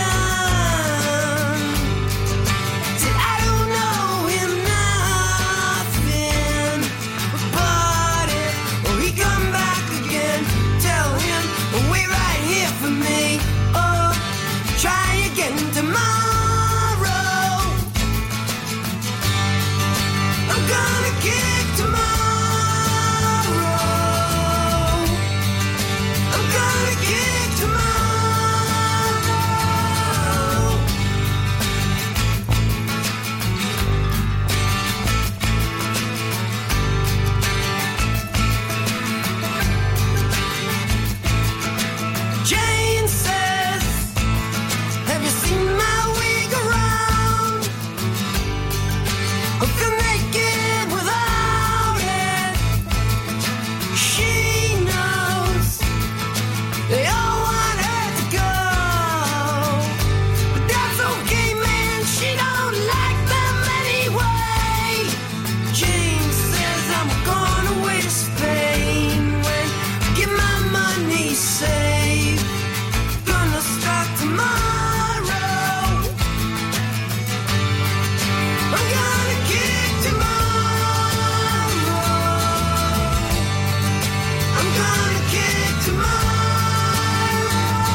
[SPEAKER 6] Said I don't know him nothing but it. Oh, he come back again. Tell him, oh, wait right here for me. Oh, try again tomorrow. I'm gonna kick tomorrow. I'm gonna kick tomorrow. Jane says, have you seen my wig around? I feel naked without it. She knows they all want her to go, but that's okay, man. She don't like them anyway. Jane says I'm going away to Spain when I get my money saved. Gonna start tomorrow. I'm gonna kick tomorrow. I'm gonna kick tomorrow.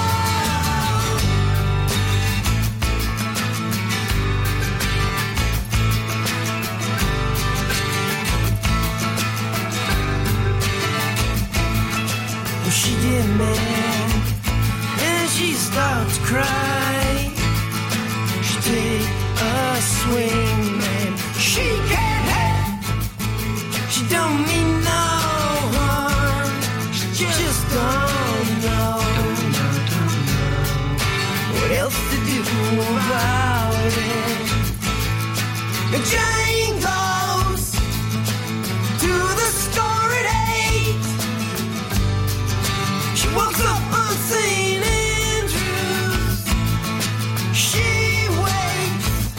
[SPEAKER 6] Well, she did, man, and she starts to cry. She take a swing, man. She can't help. She don't mean no harm. She just don't know what else to do about it. And Jane goes to the store at eight. She walks up on Saint Andrews. She waits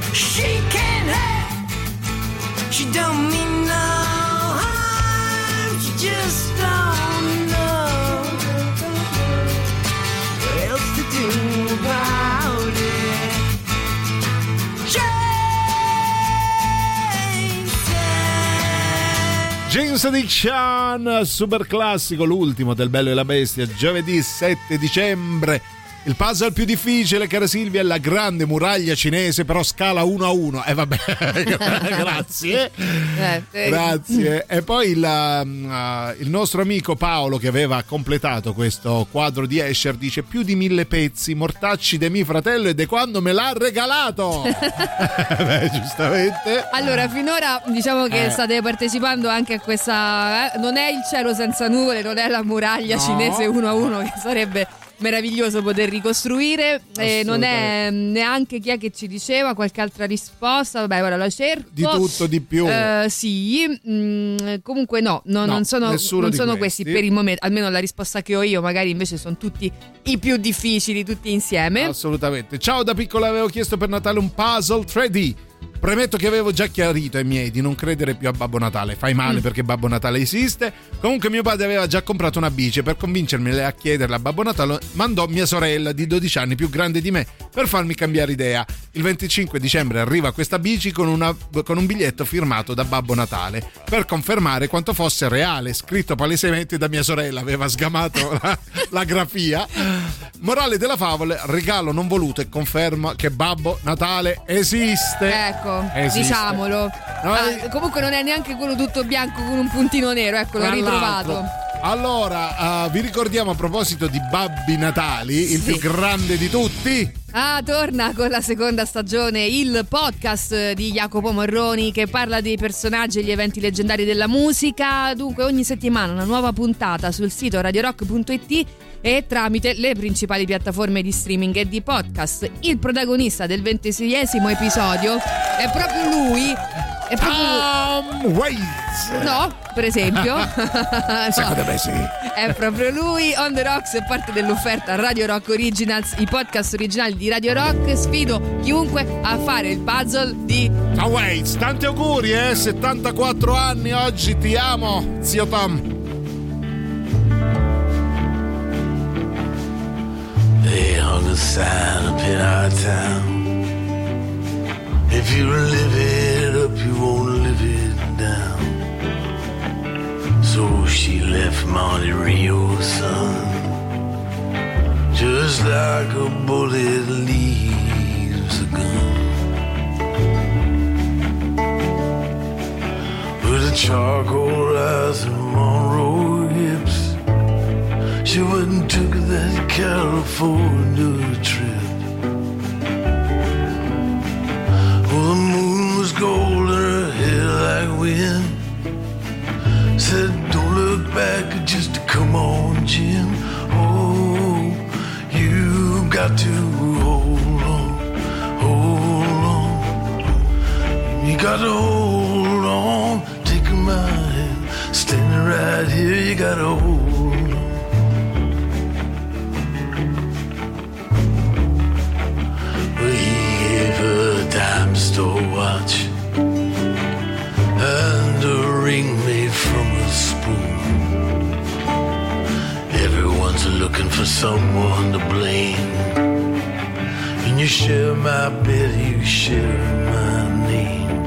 [SPEAKER 6] She can't hurt, she don't mean no harm, she just don't know what else to do about it.
[SPEAKER 3] James Addiction, super classico, l'ultimo del Bello e la Bestia, giovedì sette dicembre. Il puzzle più difficile, cara Silvia, è la grande muraglia cinese, però scala uno a uno. E eh, vabbè, grazie.
[SPEAKER 5] Eh,
[SPEAKER 3] Grazie. E poi il, uh, il nostro amico Paolo, che aveva completato questo quadro di Escher, dice: più di mille pezzi, mortacci de mio fratello e de quando me l'ha regalato. Beh, giustamente.
[SPEAKER 5] Allora, finora diciamo che
[SPEAKER 3] Eh.
[SPEAKER 5] state partecipando anche a questa. Eh, non è il cielo senza nuvole, non è la muraglia
[SPEAKER 3] No.
[SPEAKER 5] cinese uno a uno, che sarebbe meraviglioso poter ricostruire. E non è neanche chi è che ci diceva qualche altra risposta. Vabbè, ora la cerco.
[SPEAKER 3] Di tutto, di più.
[SPEAKER 5] Eh, sì, mm, comunque no, no,
[SPEAKER 3] No,
[SPEAKER 5] non sono,
[SPEAKER 3] nessuno
[SPEAKER 5] non
[SPEAKER 3] di
[SPEAKER 5] sono
[SPEAKER 3] questi.
[SPEAKER 5] questi per il momento. Almeno la risposta che ho io, magari invece sono tutti i più difficili, tutti insieme.
[SPEAKER 3] Assolutamente. Ciao, da piccola avevo chiesto per Natale un puzzle tre D. Premetto che avevo già chiarito ai miei di non credere più a Babbo Natale. Fai male
[SPEAKER 5] Mm.
[SPEAKER 3] perché Babbo Natale esiste. Comunque mio padre aveva già comprato una bici. Per convincermi a chiederla a Babbo Natale mandò mia sorella di dodici anni più grande di me per farmi cambiare idea. Il venticinque dicembre arriva questa bici con, una, con un biglietto firmato da Babbo Natale per confermare quanto fosse reale, scritto palesemente da mia sorella. Aveva sgamato la, la grafia. Morale della favola: regalo non voluto e conferma che Babbo Natale esiste.
[SPEAKER 5] Ecco,
[SPEAKER 3] Esiste.
[SPEAKER 5] diciamolo.
[SPEAKER 3] No,
[SPEAKER 5] Ah, comunque non è neanche quello tutto bianco con un puntino nero, ecco, l'ho
[SPEAKER 3] Tra
[SPEAKER 5] ritrovato.
[SPEAKER 3] l'altro. Allora, uh, vi ricordiamo a proposito di Babbi Natali, il
[SPEAKER 5] Sì.
[SPEAKER 3] più grande di tutti.
[SPEAKER 5] Ah, torna con la seconda stagione il podcast di Jacopo Morroni che parla dei personaggi e gli eventi leggendari della musica. Dunque ogni settimana una nuova puntata sul sito radio rock punto it e tramite le principali piattaforme di streaming e di podcast. Il protagonista del ventiseiesimo episodio è proprio lui. È proprio
[SPEAKER 3] Tom Waits.
[SPEAKER 5] No, per esempio.
[SPEAKER 3] Secondo me sì.
[SPEAKER 5] È proprio lui. On the Rocks è parte dell'offerta Radio Rock Originals, i podcast originali di Radio Rock. Sfido chiunque a fare il puzzle di
[SPEAKER 3] Tom Waits. Tanti auguri, eh, settantaquattro anni oggi, ti amo, zio Tom.
[SPEAKER 20] They hung a sign up in our town. If you live it up, you won't live it down. So she left Monte Rio, son, just like a bullet leaves a gun. With a charcoal eyes and Monroe hips, she went and took that California trip. Well, the moon was gold and her hair like wind. Said, don't look back, just come on, Jim. Oh, you got to hold on, hold on. You got to hold on, take my hand, standing right here, you got to hold on. Well, he gave her a dime store watch and a ring made from a spoon. Everyone's looking for someone to blame. And you share my bed, you share my name.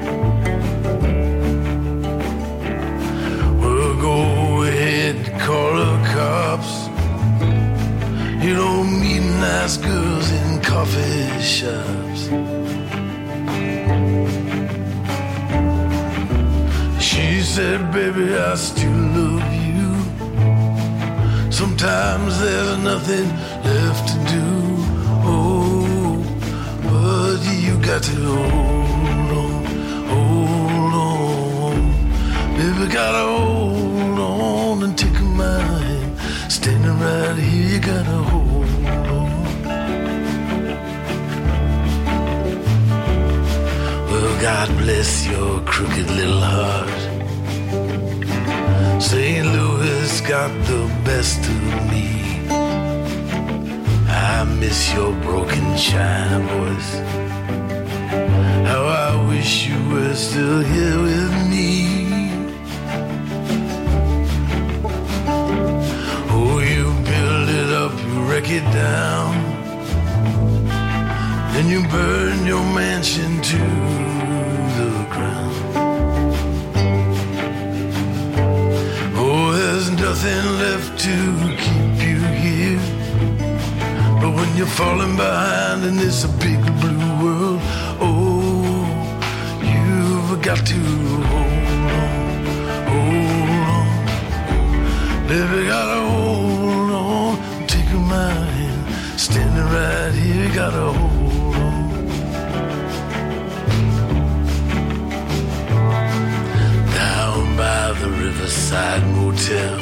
[SPEAKER 20] Well, go ahead, call the cops. You don't meet nice girls in coffee shops. She said, baby, I still love you. Sometimes there's nothing left to do. Oh, but you got to hold on, hold on. Baby, gotta hold on and take my hand. Standing right here, you gotta hold on. Well, God bless your crooked little heart. Saint Louis got the best of me. I miss your broken china voice. wish you were still here with me. Oh, you build it up, you wreck it down, then you burn your mansion to the ground. Oh, there's nothing left to keep you here, but when you're falling behind in this big blue world, oh, you've got to hold on, hold on. Baby, gotta hold on, take my hand, standing right here, gotta hold on. Down by the Riverside Motel,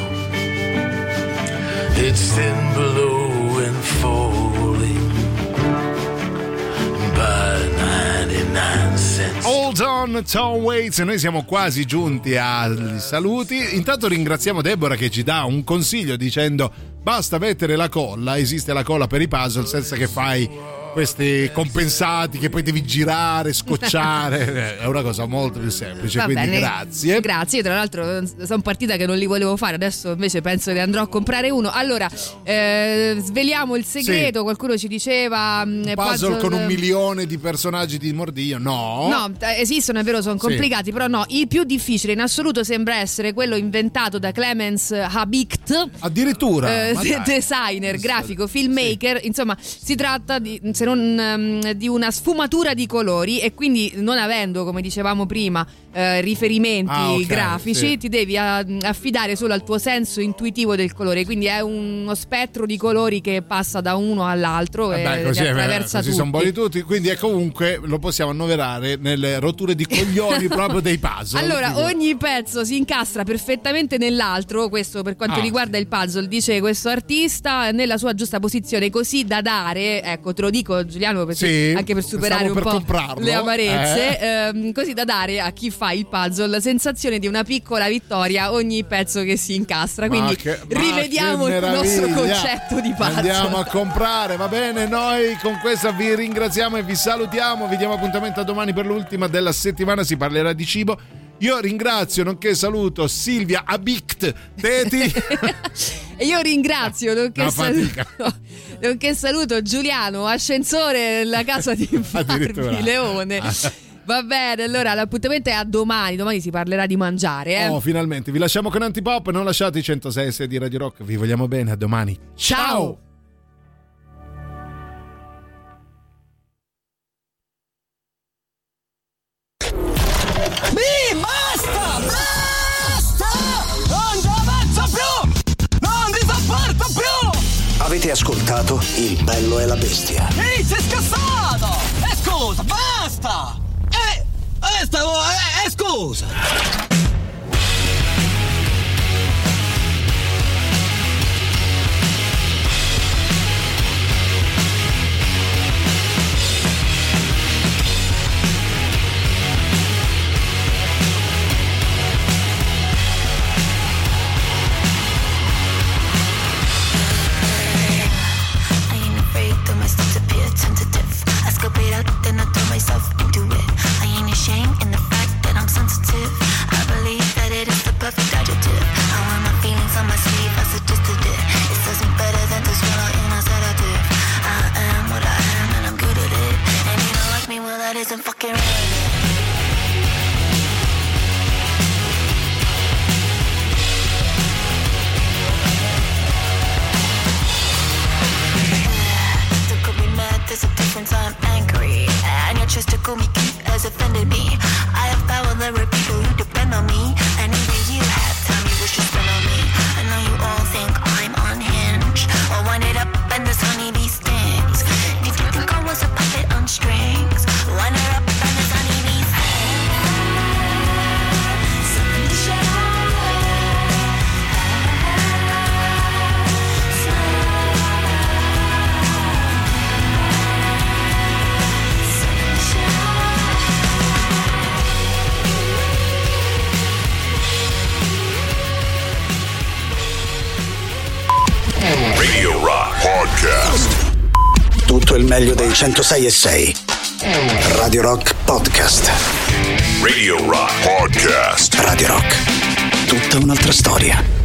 [SPEAKER 20] it's thin below and falling by ninety-nine cents.
[SPEAKER 3] Hold on, Tom Waits. Noi siamo quasi giunti ai saluti. Intanto ringraziamo Deborah che ci dà un consiglio dicendo basta mettere la colla, esiste la colla per i puzzle senza che fai questi compensati che poi devi girare, scocciare. È una cosa molto più semplice.
[SPEAKER 5] Va
[SPEAKER 3] quindi
[SPEAKER 5] bene.
[SPEAKER 3] grazie.
[SPEAKER 5] Grazie, tra l'altro sono partita che non li volevo fare, adesso invece penso che andrò a comprare uno. Allora, eh, sveliamo il segreto, sì. Qualcuno ci diceva
[SPEAKER 3] puzzle,
[SPEAKER 5] puzzle
[SPEAKER 3] con un milione di personaggi di Mordio. No.
[SPEAKER 5] No, esistono, è vero, sono complicati, sì. Però no, il più difficile in assoluto sembra essere quello inventato da Clemens Habicht.
[SPEAKER 3] Addirittura.
[SPEAKER 5] Eh, designer, grafico, filmmaker, sì. Insomma, si tratta di se non um, di una sfumatura di colori, e quindi non avendo, come dicevamo prima, eh, riferimenti
[SPEAKER 3] ah, okay,
[SPEAKER 5] grafici,
[SPEAKER 3] sì.
[SPEAKER 5] Ti devi a, affidare solo al tuo senso intuitivo del colore, quindi è uno spettro di colori che passa da uno all'altro
[SPEAKER 3] eh beh,
[SPEAKER 5] e
[SPEAKER 3] così,
[SPEAKER 5] attraversa
[SPEAKER 3] così
[SPEAKER 5] tutti.
[SPEAKER 3] sono buoni tutti, quindi è comunque lo possiamo annoverare nelle rotture di coglioni proprio dei puzzle.
[SPEAKER 5] Allora,
[SPEAKER 3] tipo.
[SPEAKER 5] ogni pezzo si incastra perfettamente nell'altro, questo per quanto
[SPEAKER 3] ah.
[SPEAKER 5] riguarda il puzzle, dice questo artista, nella sua giusta posizione, così da dare, ecco, te lo dico Giuliano perché
[SPEAKER 3] sì,
[SPEAKER 5] anche per superare un
[SPEAKER 3] per
[SPEAKER 5] po'
[SPEAKER 3] comprarlo.
[SPEAKER 5] le amarezze,
[SPEAKER 3] eh.
[SPEAKER 5] ehm, così da dare a chi fa il puzzle la sensazione di una piccola vittoria ogni pezzo che si incastra, quindi
[SPEAKER 3] che,
[SPEAKER 5] rivediamo il nostro concetto di puzzle.
[SPEAKER 3] Andiamo a comprare, va bene? Noi con questa vi ringraziamo e vi salutiamo, vi diamo appuntamento a domani per l'ultima della settimana, si parlerà di cibo. Io ringrazio, nonché saluto Silvia Habicht Teti.
[SPEAKER 5] E io ringrazio, nonché saluto, nonché saluto Giuliano, ascensore nella casa di Barbie Leone. Va bene, allora l'appuntamento è a domani. Domani si parlerà di mangiare, eh?
[SPEAKER 3] Oh, finalmente. Vi lasciamo con Antipop. Non lasciate i centosei e sei di Radio Rock. Vi vogliamo bene. A domani. Ciao!
[SPEAKER 10] Mi, basta! Basta! Non ci avanzo più! Non ti sopporto più!
[SPEAKER 1] Avete ascoltato Il Bello e la Bestia?
[SPEAKER 10] Ehi, sei scassato! E scusa, basta! Eh, eh, stavo, eh, eh, scusa!
[SPEAKER 4] Then I throw myself into it. I ain't ashamed in the fact that I'm sensitive. I believe that it is the perfect adjective. I wear my feelings on my sleeve, I suggested it. It does me better than to swallow in a sedative. I am what I am and I'm good at it. And you don't like me, well that isn't fucking relevant. There's a difference, I'm angry, and your choice to call me cute has offended me. I have power, there are people who depend on me, and either you have time you wish to spend on me. I know you all think I'm unhinged, I'll wind it up and this honeybee stings. If you think I was a puppet on strings, wind it up and this honeybee stings. Something to share.
[SPEAKER 2] Radio Rock Podcast.
[SPEAKER 1] Tutto il meglio dei centosei e sei. Radio Rock Podcast.
[SPEAKER 2] Radio Rock Podcast.
[SPEAKER 1] Radio Rock. Tutta un'altra storia.